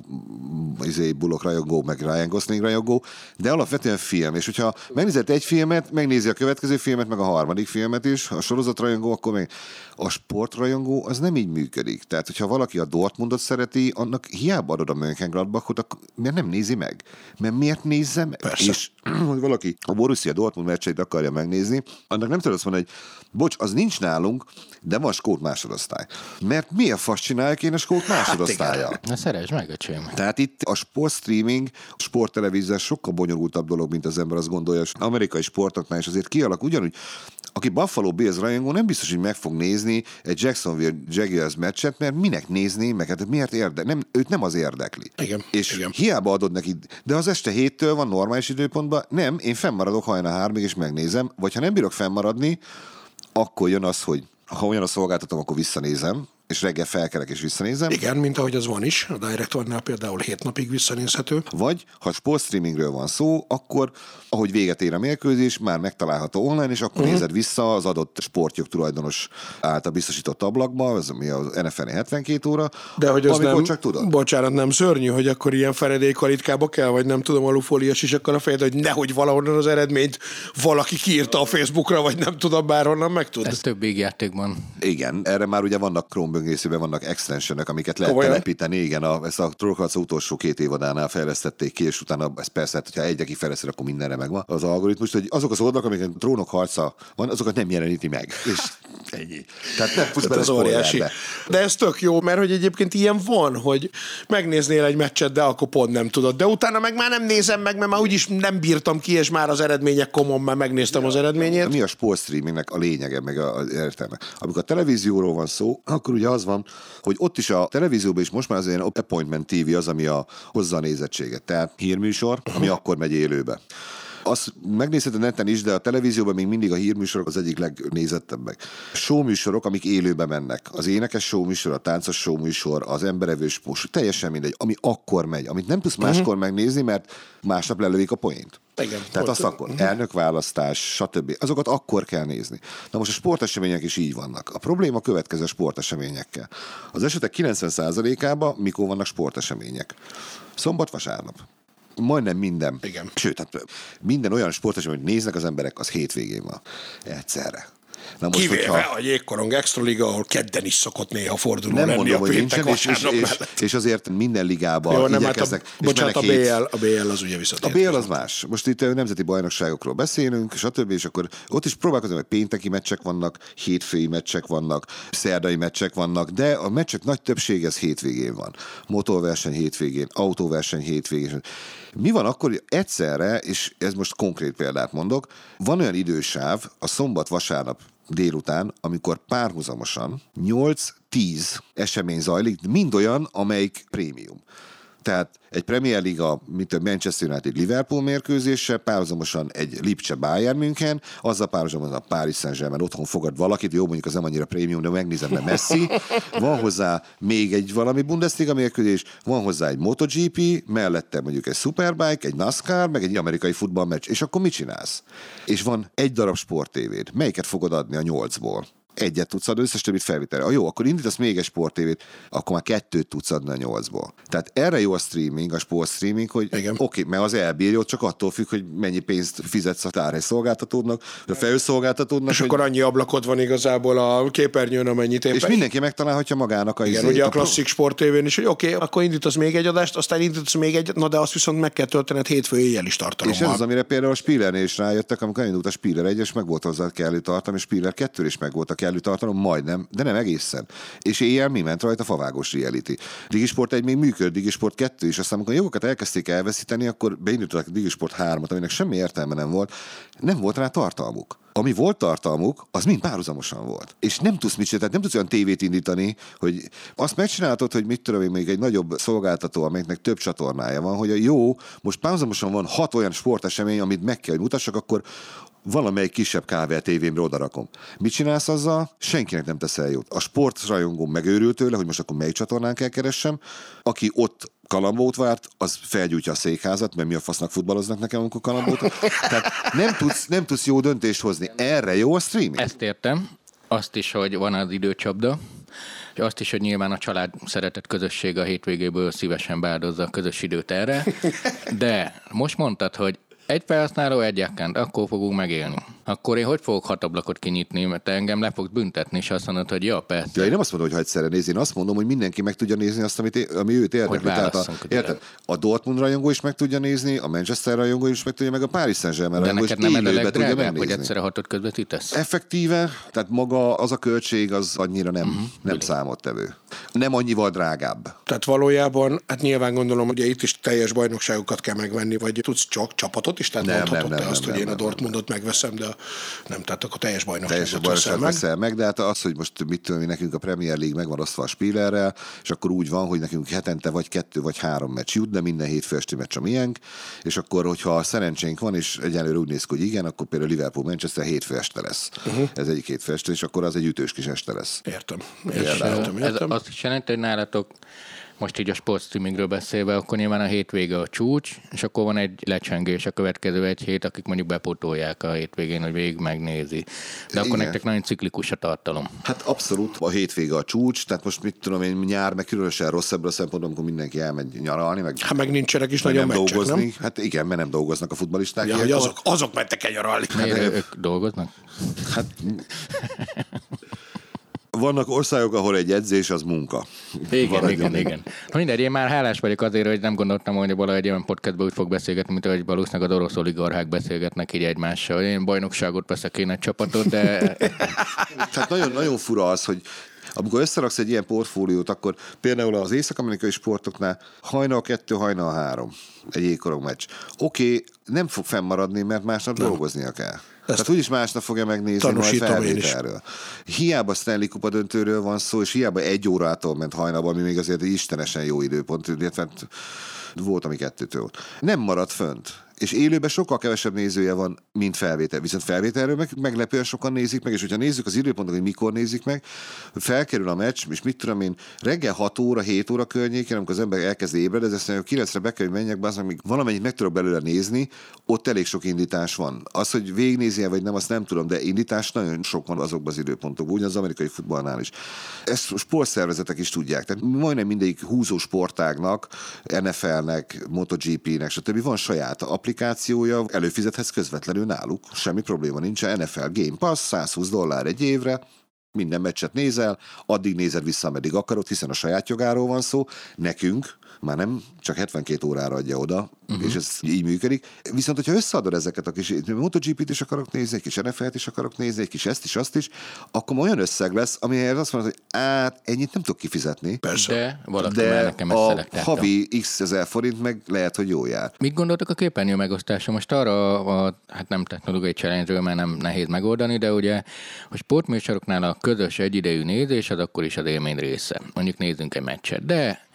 Speaker 4: Bullock rajongó, meg Ryan Gosling rajongó, de alapvetően film. És hogyha megnézed egy filmet, megnézi a következő filmet, meg a harmadik filmet is, a sorozatrajongó, akkor meg a sportrajongó, az nem így működik. Tehát, hogyha valaki a Dortmundot szereti, annak hiába adod a Mönchengladbachot, mert nem nézi meg. Mert miért nézze meg?
Speaker 2: Persze.
Speaker 4: És hogy valaki a Borussia Dortmund meccseit akarja megnézni, annak nem tudod azt mondani, hogy bocs, az nincs nálunk, de van skót másodosztály. Mert mi a fasz csinálják én a skót másodosztállyal?
Speaker 3: Na szeresd meg, öcsém.
Speaker 4: Tehát itt a sportstreaming, a sporttelevíziós sokkal bonyolultabb dolog, mint az ember azt gondolja. Az amerikai sportoknál is azért kialakul ugyanúgy. Aki Buffalo Bills rajongó, nem biztos, hogy meg fog nézni egy Jacksonville Jaguars meccset, mert minek nézni, meg hát miért őt nem az érdekli.
Speaker 2: Igen,
Speaker 4: és
Speaker 2: igen.
Speaker 4: hiába adod neki, de az este 7-től van normális időpontban, nem, én fennmaradok hajnal 3-ig és megnézem, vagy ha nem bírok fennmaradni, akkor jön az, hogy ha olyan a szolgáltatom, akkor visszanézem, és reggel felkelek és visszanézem.
Speaker 2: Igen, mint ahogy az van is. A Direct One-nál például 7 napig visszanézhető.
Speaker 4: Vagy, ha sportstreamingről van szó, akkor, ahogy véget ér a mérkőzés, már megtalálható online, és akkor nézed vissza az adott sportjog tulajdonos által biztosított ablakba, az, ami az NFL 72 óra,
Speaker 2: de hogy az nem,
Speaker 4: csak tudod.
Speaker 2: Bocsánat, nem szörnyű, hogy akkor ilyen feredékkalitkába kell, vagy nem tudom, alufóliás is akkor a fejed, hogy nehogy valahonnan az eredményt valaki kiírta a Facebookra, vagy nem tudom, bárhonnan megtud.
Speaker 3: Ez több játékban.
Speaker 4: Igen, erre már ugye vannak Chrome böngészőben vannak extensionök, amiket lehet telepíteni. Igen, ezt a Trollkarc utolsó 2 évadánál fejlesztették ki, és utána ez persze, hát, hogyha egyre kifejleszted, akkor mindenre megvan az algoritmus, hogy azok az oldalak, amiket Trónok harca van, azokat nem jeleníti meg. És ennyi. Tehát nem tudsz bele spoilerbe.
Speaker 2: De ez tök jó, mert hogy egyébként ilyen van, hogy megnéznél egy meccset, de akkor pont nem tudod. De utána meg már nem nézem meg, mert már úgyis nem bírtam ki, és már az eredmények komon, már megnéztem az eredményét.
Speaker 4: Mi a sportstreamingnek a lényege, meg az értelme? Amikor a televízióról van szó, akkor ugye az van, hogy ott is a televízióban is most már az ilyen appointment TV az, ami hozza a nézettséget. Tehát hírműsor, ami akkor megy élőbe. Azt megnézheted neten is, de a televízióban még mindig a hírműsorok az egyik legnézettebbek. Showműsorok, amik élőbe mennek. Az énekes showműsor, a táncos showműsor, az emberevős műsor, teljesen mindegy, ami akkor megy, amit nem tudsz máskor megnézni, mert másnap lelövik a poént.
Speaker 2: Igen,
Speaker 4: tehát azt akkor elnökválasztás, stb. Azokat akkor kell nézni. Na most a sportesemények is így vannak. A probléma a következő sporteseményekkel. Az esetek 90%-ában mikor vannak sportesemények? Szombat-vasárnap. Majdnem minden.
Speaker 2: Igen.
Speaker 4: Sőt, hát minden olyan sportesemény, amit néznek az emberek, az hétvégén van. Egyszerre.
Speaker 2: Na most, kivéve a Jégkorong Extraliga, ahol kedden is szokott néha forduló
Speaker 4: nem
Speaker 2: lenni
Speaker 4: mondom,
Speaker 2: a péntek vasárnap
Speaker 4: és azért minden ligában igyekeznek.
Speaker 2: Bocsánat, a BL az ugye viszont.
Speaker 4: A BL az más. Most itt nemzeti bajnokságokról beszélünk, stb. És akkor ott is próbálkozom, hogy pénteki meccsek vannak, hétfői meccsek vannak, szerdai meccsek vannak, de a meccsek nagy többsége ez hétvégén van. Motorverseny hétvégén, autóverseny hétvégén. Mi van akkor, hogy egyszerre, és ez most konkrét példát mondok, van olyan idősáv a szombat-vasárnap délután, amikor párhuzamosan 8-10 esemény zajlik, mind olyan, amelyik prémium. Tehát egy Premier Liga, mint a Manchester United Liverpool mérkőzéssel, párhuzamosan egy Lipcse Bayern München, azzal párhuzamosan a Paris Saint-Germain otthon fogad valakit, jó, mondjuk az nem annyira prémium, de megnézem, mert Messi, van hozzá még egy valami Bundesliga mérkőzés, van hozzá egy MotoGP, mellette mondjuk egy Superbike, egy NASCAR, meg egy amerikai futballmeccs, és akkor mit csinálsz? És van egy darab sporttévéd, melyiket fogod adni a 8-ból? Egyet tudsz adni, összes többit felvételre. Jó, akkor indítasz még egy sporttévét, akkor már 2 tudsz adni a 8-ból. Tehát erre jó a streaming, a sportstreaming, hogy oké, mert az elbírja, csak attól függ, hogy mennyi pénzt fizetsz a tárhely szolgáltatódnak, a felhőszolgáltatódnak.
Speaker 2: És akkor annyi ablakod van igazából a képernyőn, amennyit éppen.
Speaker 4: És mindenki megtalálhatja magának a
Speaker 2: igen, ugye a klasszik sporttévén is, hogy oké, akkor indítasz még egy adást, aztán indítasz még egy, na de azt viszont meg kell töltened hétfő éjjel is tartalommal.
Speaker 4: És ez az, amire például a Spielernél is rájöttek, amikor elindult a Spieler 1, és meg volt hozzá kellő tartalom, és Spieler 2 is meg volt a kellő tartalom, majdnem, de nem egészen. És éjjel mi ment rajta? Favágos reality. Digisport 1 még működött, Digisport 2 is, aztán amikor a jogokat elkezdték elveszíteni, akkor beindították a Digisport 3-at, aminek semmi értelme nem volt rá tartalmuk. Ami volt tartalmuk, az mind párhuzamosan volt. És nem tudsz mit csinálni, nem tudsz olyan tévét indítani, hogy azt megcsináltad, hogy mit tudom én, még egy nagyobb szolgáltató, amelynek több csatornája van, hogy a jó, most párhuzamosan van 6 olyan sportesemény, amit meg kell, hogy mutassak, akkor valamelyik kisebb kávé tévémre odarakom. Mit csinálsz azzal? Senkinek nem teszel jót. A sportrajongó megőrült tőle, hogy most akkor melyik csatornán kell keressem. Aki ott Kalambót várt, az felgyújtja a székházat, mert mi a fasznak futballoznak nekem, amikor Kalambót. Tehát nem tudsz jó döntést hozni. Erre jó a streaming.
Speaker 3: Ezt értem. Azt is, hogy van az időcsapda, és azt is, hogy nyilván a család szeretett közösség a hétvégéből szívesen beáldozza a közös időt erre. De most mondtad, hogy egy felhasználó egy account, akkor fogunk megélni. Akkor én hogy fogok 6 ablakot kinyitni, mert te engem le fogsz büntetni, és azt mondod, hogy ja, persze.
Speaker 4: Ja, én nem azt mondom, hogy ha egyszerre nézni, én azt mondom, hogy mindenki meg tudja nézni azt, ami őt érdekli. Tehát a Dortmund rajongó is meg tudja nézni, a Manchester rajongó is meg tudja, meg a Paris Saint-Germain rajongó is élőbe tudja megnézni.
Speaker 3: Hogy egyszerre 6-ot közvetítesz?
Speaker 4: Effektíve, tehát maga az a költség az annyira nem számottevő. Nem annyival drágább.
Speaker 2: Tehát valójában, hát nyilván gondolom, hogy itt is teljes bajnokságokat kell megvenni, vagy tudsz csak csapatot is, tehát mondhatod te azt, hogy én a Dortmundot megveszem, de nem, tehát akkor teljes bajnokságot veszel meg.
Speaker 4: De hát az, hogy most mit tudom, nekünk a Premier League megvan osztva a Spielerrel, és akkor úgy van, hogy nekünk hetente vagy 2 vagy 3 meccs jut, de minden hétfő esti meccs a miénk, és akkor, hogyha szerencsénk van, és egyelőre úgy néz ki, hogy igen, akkor például Liverpool Manchester hétfő este lesz. Ez egyik hétfő este, és akkor az egy ütős kis este lesz.
Speaker 2: Értem.
Speaker 3: Ez azt is jelenti, hogy nálatok most így a sportstreamingről beszélve, akkor nyilván a hétvége a csúcs, és akkor van egy lecsengés a következő egy hét, akik mondjuk bepótolják a hétvégén, hogy végig megnézi. De akkor nektek nagyon ciklikus a tartalom.
Speaker 4: Hát abszolút a hétvége a csúcs, tehát most mit tudom én, nyár, meg különösen rossz ebből a szempontból, amikor mindenki elmegy nyaralni, meg
Speaker 2: nincsenek is nagyon meccsek,
Speaker 4: dolgozni.
Speaker 2: Nem?
Speaker 4: Hát igen, mert nem dolgoznak a futballisták.
Speaker 2: Ja, hogy azok mentek el nyaralni.
Speaker 3: Miért ők dolgoznak?
Speaker 4: Hát vannak országok, ahol egy edzés az munka.
Speaker 3: Igen. Mindegy, én már hálás vagyok azért, hogy nem gondoltam, hogy valahogy olyan podcastban úgy fog beszélgetni, mint hogy valószínűleg az orosz oligarchák beszélgetnek így egymással. Én bajnokságot veszek, én egy csapatot, de...
Speaker 4: Tehát nagyon fura az, hogy amikor összeraksz egy ilyen portfóliót, akkor például az észak-amerikai sportoknál hajnal 2, hajnal 3 egy jégkorong meccs. Oké, nem fog fennmaradni, mert másnap dolgoznia kell. Tehát úgyis másnap fogja megnézni majd felvételről. Hiába Stanley Kupa döntőről van szó, és hiába 1 órától ment hajnalban, ami még azért egy istenesen jó időpont, illetve volt, ami 2-től. Nem marad fönt. És élőben sokkal kevesebb nézője van, mint felvétel. Viszont felvételről meglepően sokan nézik meg, és hogyha nézzük az időpontot, hogy mikor nézik meg, felkerül a meccs, és mit tudom én, reggel 6 óra, 7 óra környékén, amikor az ember elkezd ébredni, ezt mondja, 9-re be kell, hogy menjek be, azon, amíg valamennyit meg tudok belőle nézni, ott elég sok indítás van. Az, hogy végignézi vagy nem, azt nem tudom, de indítás nagyon sok van azokban az időpontokban, ugyan az amerikai futballnál is. Ezt sportszervezetek is tudják. Tehát majdnem mindegyik húzó sportágnak, NFL-nek, MotoGP-nek, stb. Van saját applikációja, előfizethetsz közvetlenül náluk, semmi probléma nincs, NFL Game Pass, $120 egy évre, minden meccset nézel, addig nézed vissza, ameddig akarod, hiszen a saját jogáról van szó, nekünk már nem csak 72 órára adja oda, és ez így működik. Viszont, hogyha összeadod ezeket a kis MotoGP-t is akarok nézni, egy kis NFL-t is akarok nézni, egy kis ezt is, azt is, akkor olyan összeg lesz, amelyhez azt mondod, hogy ennyit nem tudok kifizetni.
Speaker 3: Persze. De valaki már nekem ezt
Speaker 4: szelektálta. Havi x ezer forint meg lehet, hogy jó jár.
Speaker 3: Mit gondoltok a képernyő megosztása? Most arra hát nem technológiai challenge-ről, mert nem nehéz megoldani, de ugye a sportműsoroknál a közös egyidejű nézés az akkor is az élmény része. Mondjuk nézzünk egy meccset, de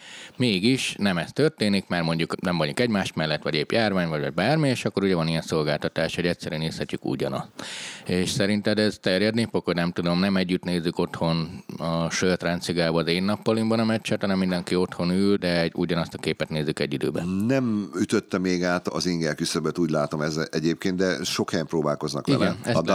Speaker 3: Mégis nem ez történik, mert mondjuk nem vagyunk egymás mellett, vagy épp járvány, vagy bármi, és akkor ugye van ilyen szolgáltatás, hogy egyszerűen nézhetjük ugyanazt. És szerinted ez terjedni fog, hogy nem tudom, nem együtt nézzük otthon a Söltráncigába az én nappalimban a meccset, hanem mindenki otthon ül, de ugyanazt a képet nézzük egy időben.
Speaker 4: Nem ütötte még át az inger küszöböt, úgy látom ez egyébként, de sok helyen próbálkoznak vele.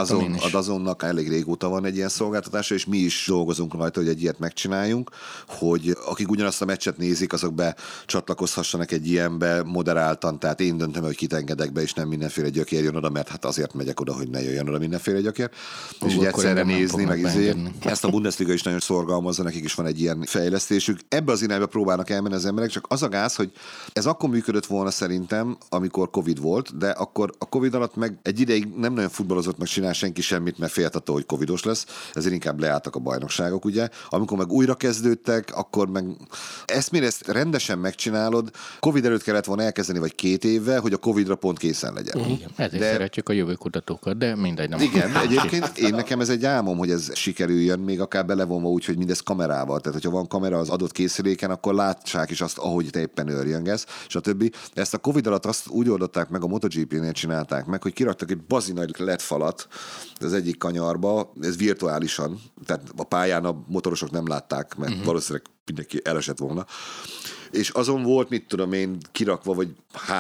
Speaker 4: A DAZN-nak elég régóta van egy ilyen szolgáltatása, és mi is dolgozunk rajta, hogy egy ilyet megcsináljunk, hogy akik ugyanazt a meccset nézik, azok becsatlakozhassanak egy ilyenbe moderáltan, tehát én döntöm, hogy kit engedek be, és nem mindenféle gyökér jön oda, mert hát azért megyek oda, hogy ne jöjjön oda mindenféle gyökér. És így egyszerre nézni, meg ezt a Bundesliga is nagyon szorgalmazza, nekik is van egy ilyen fejlesztésük. Ebbe az irányba próbálnak elmenni az emberek, csak az a gáz, hogy ez akkor működött volna szerintem, amikor Covid volt, de akkor a Covid alatt meg egy ideig nem nagyon futballozott, meg csinál senki semmit, mert félt attól, hogy covidos lesz, ezért inkább leálltak a bajnokságok, ugye. Amikor meg újra kezdődtek, akkor meg ezt rendesen megcsinálod, Covid előtt kellett volna elkezdeni, vagy 2 évvel, hogy a Covidra pont készen legyen.
Speaker 3: Igen, ezért szeretjük a jövőkutatókat, de mindegy. Nem.
Speaker 4: Igen, egyébként én nekem ez egy álmom, hogy ez sikerüljön, még akár belevonva úgy, hogy mindez kamerával. Tehát, hogyha van kamera az adott készüléken, akkor látsák is azt, ahogy te éppen őrjöngesz, stb. Ezt a Covid alatt azt úgy oldották meg, a MotoGP-nél csinálták meg, hogy kiraktak egy bazi nagy LED falat az egyik kanyarba, ez virtuálisan, tehát a pályán a motorosok nem látták, mert valószínűleg mindenki elesett volna. És azon volt, mit tudom én, kirakva, vagy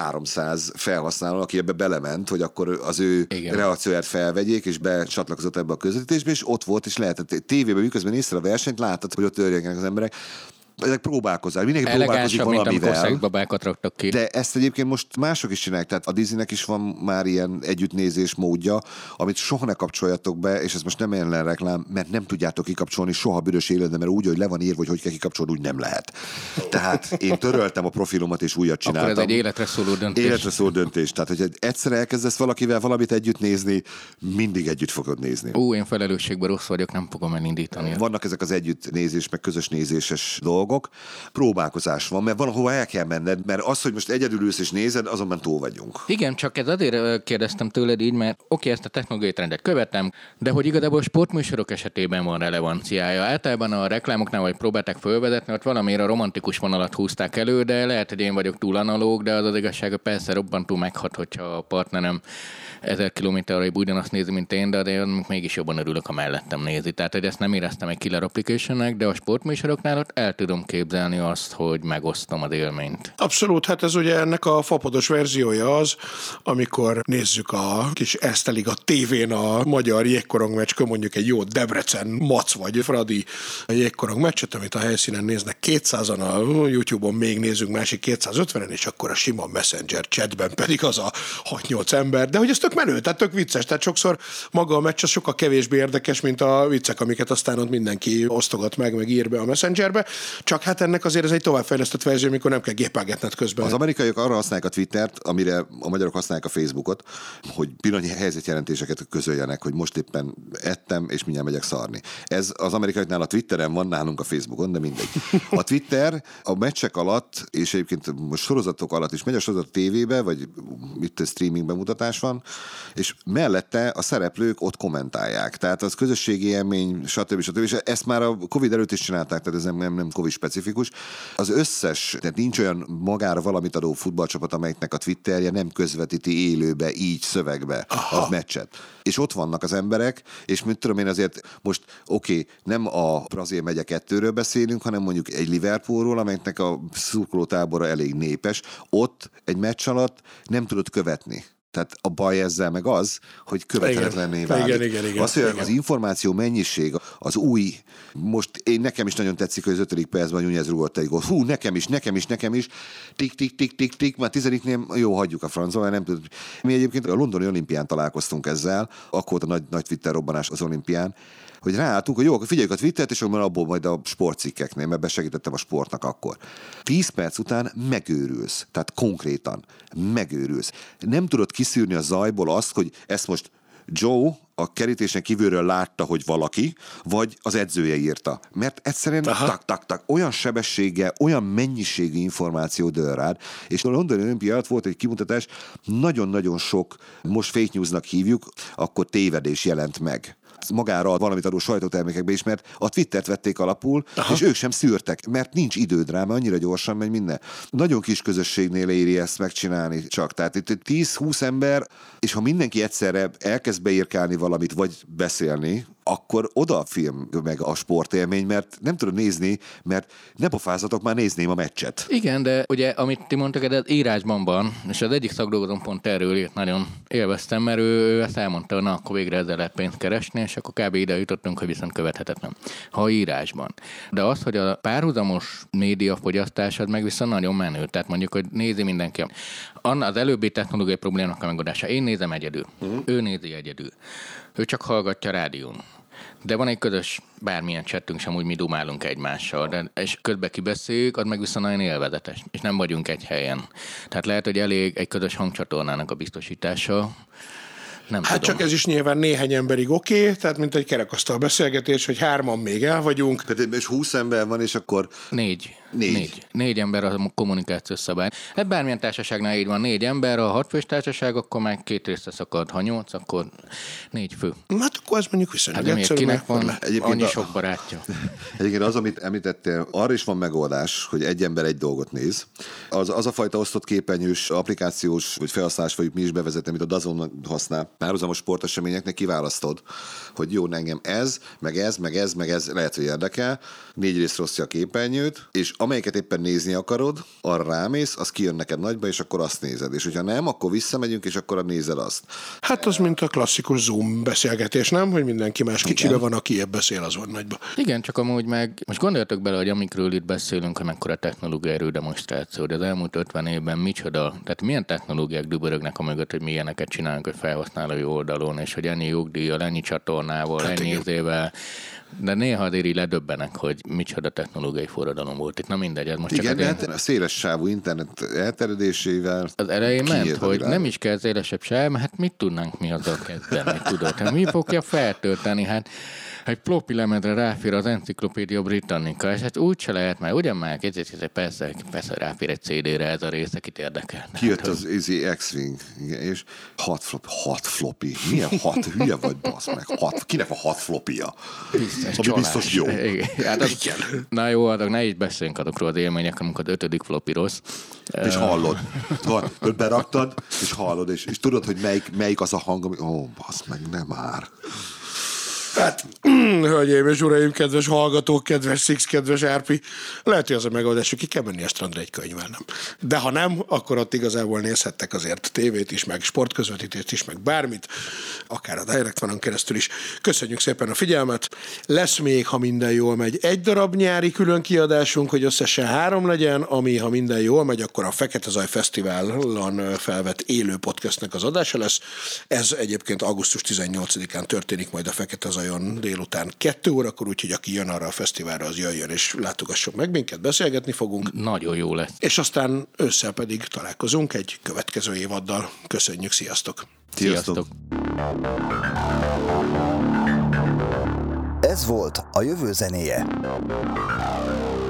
Speaker 4: 300 felhasználó, aki ebbe belement, hogy akkor az ő reakcióját felvegyék, és becsatlakozott ebbe a közvetítésbe, és ott volt, és lehetett tévében, miközben nézted a versenyt, láttad, hogy ott örjöngenek az emberek. Ezek próbálkozás. Mindenki próbálkozik valamivel.
Speaker 3: Mint raktak ki.
Speaker 4: De ezt egyébként most mások is csinálják. Tehát a Disneynek is van már ilyen együttnézés módja, amit soha ne kapcsoljatok be, és ez most nem ellen reklám, mert nem tudjátok kikapcsolni soha büdös életben, mert úgy, hogy le van írva, hogy kell kikapcsolni, úgy nem lehet. Tehát én töröltem a profilomat, és újat csináltam.
Speaker 3: Akkor ez egy életre szóló döntés.
Speaker 4: Életre szóló döntés. Tehát, hogy egyszer elkezdesz valakivel valamit együtt nézni, mindig együtt fogod nézni.
Speaker 3: Én felelősségben rossz vagyok, nem fogom elindítani.
Speaker 4: Vannak ezek az együttnézés, meg közös nézéses dolgok. Próbálkozás van, mert valahova el kell menned, mert az, hogy most egyedül ülsz és nézed, azonban túl vagyunk.
Speaker 3: Igen, csak ez azért kérdeztem tőled így, mert ezt a technológiai trendet követem, de hogy igazából sportműsorok esetében van relevanciája. Általában a reklámoknál, vagy próbálták fölvezetni, ott valamire a romantikus vonalat húzták elő, de lehet, hogy én vagyok túl analóg, de az igazság, persze robbantó meghat, hogyha a partnerem 1000 kilométerre ugyanazt nézi, mint én, de mégis jobban örülök, ha mellettem nézi. Tehát, hogy ezt nem éreztem egy killer application-nek, de a sportműsoroknál ott el tudom képzelni azt, hogy megosztom az élményt.
Speaker 2: Abszolút, hát ez ugye ennek a fapados verziója az, amikor nézzük a kis Esztelig a tévén a magyar jégkorong meccskön, mondjuk egy jó Debrecen, Mac vagy Fradi jégkorong meccset, amit a helyszínen néznek 200-an, a YouTube-on még nézzük másik 250-en, és akkor a sima Messenger chatben pedig az a 6-8 ember, de hogy ez tök menő, tehát tök vicces, tehát sokszor maga a meccs az sokkal kevésbé érdekes, mint a viccek, amiket aztán ott mindenki osztogat meg ír be a Messengerbe, csak hát ennek azért ez egy továbbfejlesztett verzió, amikor nem kell gépelgetned közben.
Speaker 4: Az amerikaiak arra használják a Twittert, amire a magyarok használják a Facebookot, hogy pillanatnyi helyzetjelentéseket közöljenek, hogy most éppen ettem, és mindjárt megyek szarni. Ez az amerikaiaknál a Twitteren van, nálunk a Facebookon, de mindegy. A Twitter a meccsek alatt, és egyébként most sorozatok alatt is megy a sorozat tévébe, vagy itt streaming bemutatás van, és mellette a szereplők ott kommentálják. Tehát az közösségi élmény, stb. És ezt már a Covid előtt is csinálták, tehát ez nem Covid specifikus. Az összes, tehát nincs olyan magára valamit adó futballcsapat, amelyiknek a Twitterje nem közvetíti élőbe, így szövegbe a meccset. És ott vannak az emberek, és mit tudom én azért most, nem a Brazil megye 2-ről beszélünk, hanem mondjuk egy Liverpoolról, amelynek a szurkolótábora elég népes. Ott egy meccs alatt nem tudod követni. Tehát a baj ezzel meg az, hogy követhetetlenné válik.
Speaker 2: Igen,
Speaker 4: az, hogy az információ mennyiség, az új, most nekem is nagyon tetszik, hogy az 5. percben Núñez rúgott egy gólt. Nekem is. Tik, már 10-nél jó, hagyjuk a francba, nem tud. Mi egyébként a londoni olimpián találkoztunk ezzel, akkor volt a nagy Twitter robbanás az olimpián, hogy ráálltunk, hogy jó, akkor figyeljük a Twittert, és akkor abból majd a sportcikkeknél, mert besegítettem a sportnak akkor. 10 perc után megőrülsz, tehát konkrétan megőrülsz. Nem tudod kiszűrni a zajból azt, hogy ezt most Joe a kerítésen kívülről látta, hogy valaki, vagy az edzője írta. Mert egyszerűen tak, olyan sebességgel, olyan mennyiségű információ dől rád, és a londoni olimpia alatt volt egy kimutatás, nagyon-nagyon sok, most fake newsnak hívjuk, akkor tévedés jelent meg. át magára valamit adó sajtótermékekbe is, mert a Twittert vették alapul, és ők sem szűrtek, mert nincs időd rá, mert annyira gyorsan megy minden. Nagyon kis közösségnél éri ezt megcsinálni csak. Tehát itt 10-20 ember, és ha mindenki egyszerre elkezd beírkálni valamit, vagy beszélni, akkor oda a film meg a sportélmény, mert nem tudom nézni, mert ne pofázatok, már nézném a meccset.
Speaker 3: Igen, de ugye, amit ti mondtak, ez írásban van, és az egyik szakdolgozom pont erről írt, nagyon élveztem, mert ő ezt elmondta, na, akkor végre ezzel lehet pénzt keresni, és akkor kb. Ide jutottunk, hogy viszont követhetetlen. Ha írásban. De az, hogy a párhuzamos médiafogyasztás az meg viszont nagyon menő. Tehát mondjuk, hogy nézi mindenki. Az előbbi technológiai problémának a megoldása. Én nézem egyedül. Ő nézi egyedül. Ő csak hallgatja rádión. De van egy közös bármilyen csettünk sem, úgy mi dumálunk egymással, és közben kibeszéljük, az meg viszont nagyon élvezetes, és nem vagyunk egy helyen. Tehát lehet, hogy elég egy közös hangcsatornának a biztosítása. Nem
Speaker 2: hát
Speaker 3: tudom.
Speaker 2: Csak ez is nyilván néhány emberig oké, tehát mint egy kerekasztal beszélgetés, hogy 3 még el vagyunk.
Speaker 4: És 20 ember van, és akkor...
Speaker 3: 4 ember a kommunikációs szabály. Hát bármilyen társaságnál így van, 4 ember, ha 6 fős társaság, akkor már 2 részre szakad, ha 8, akkor 4 fő.
Speaker 2: Hát akkor ez mondjuk viszonylag
Speaker 3: hát
Speaker 2: egyszerű.
Speaker 3: Kinek van annyi sok barátja?
Speaker 4: Egyébként az, amit említettél, arra is van megoldás, hogy egy ember egy dolgot néz. Az a fajta osztott képernyős applikációs vagy felhasználás, vagy mi is bevezetni, amit a DAZN használ. Párhuzamos sporteseményeknek kiválasztod, hogy jó, engem ez, meg ez lehet, hogy érdekel. 4 részre osztja a képernyőt, és amelyiket éppen nézni akarod, arra rámész, az kijön neked nagyba, és akkor azt nézed. És hogyha nem, akkor visszamegyünk, és akkor nézed azt.
Speaker 2: Hát az mint a klasszikus Zoom beszélgetés, nem? Hogy mindenki más kicsibe van, aki ebb beszél, az van nagyba.
Speaker 3: Igen, csak amúgy meg, most gondoljatok bele, hogy amikről itt beszélünk, hogy mekkora technológiai erődemonstráció, de az elmúlt 50 évben micsoda, tehát milyen technológiák dübörögnek a mögött, hogy mi ilyeneket csinálunk, hogy felhasználói oldalon, és hogy ennyi jogdíjjal, ennyi csatornával, ennyi izével. De néha azért így ledöbbenek, hogy micsoda technológiai forradalom volt itt. Na mindegy, ez most
Speaker 4: igen,
Speaker 3: csak
Speaker 4: hát a széles sávú internet elterjedésével
Speaker 3: az elején ment, hogy nem is kell szélesebb sáv, mert hát mit tudnánk mi azzal kezdeni, tudod? Hát mi fogja feltölteni? Hát egy floppy lemezre ráfér az Encyclopedia Britannica, és hát úgyse lehet már, ugyan már persze ráfér egy CD-re ez a rész, akit érdekel.
Speaker 4: Kijött hát, az X-Wing, és 6 floppy. Milyen 6? Hülye vagy, basz meg. Kinek a 6 floppy-ja? Biztos jó.
Speaker 3: Hát na jó, adok, ne így beszéljünk azokról az élmények, amikor az 5. floppy rossz.
Speaker 4: És hallod. Beraktad, és hallod, és tudod, hogy melyik az a hang, ami... basz meg, nem már.
Speaker 2: Hát, hölgyeim és uraim, kedves hallgatók, kedves Six, kedves Árpi, lehet, hogy az a megoldás, hogy ki kell menni a strandra egy könyvvel, nem. De ha nem, akkor ott igazából nézhettek azért tévét is, meg sportközvetítést is, meg bármit, akár a Direct One-on keresztül is. Köszönjük szépen a figyelmet. Lesz még, ha minden jól megy, 1 darab nyári külön kiadásunk, hogy összesen 3 legyen, ami, ha minden jól megy, akkor a Fekete Zaj Fesztiválon felvett élő podcastnek az adása lesz. Ez egyébként augusztus 18-án történik majd a Fekete Zajon délután 2 órakor, úgyhogy aki jön arra a fesztiválra, az jöjjön és látogasson meg minket, beszélgetni fogunk.
Speaker 3: Nagyon jó lesz.
Speaker 2: És aztán ősszel pedig találkozunk egy következő évaddal. Köszönjük, sziasztok!
Speaker 3: Sziasztok!
Speaker 1: Ez volt a jövő zenéje.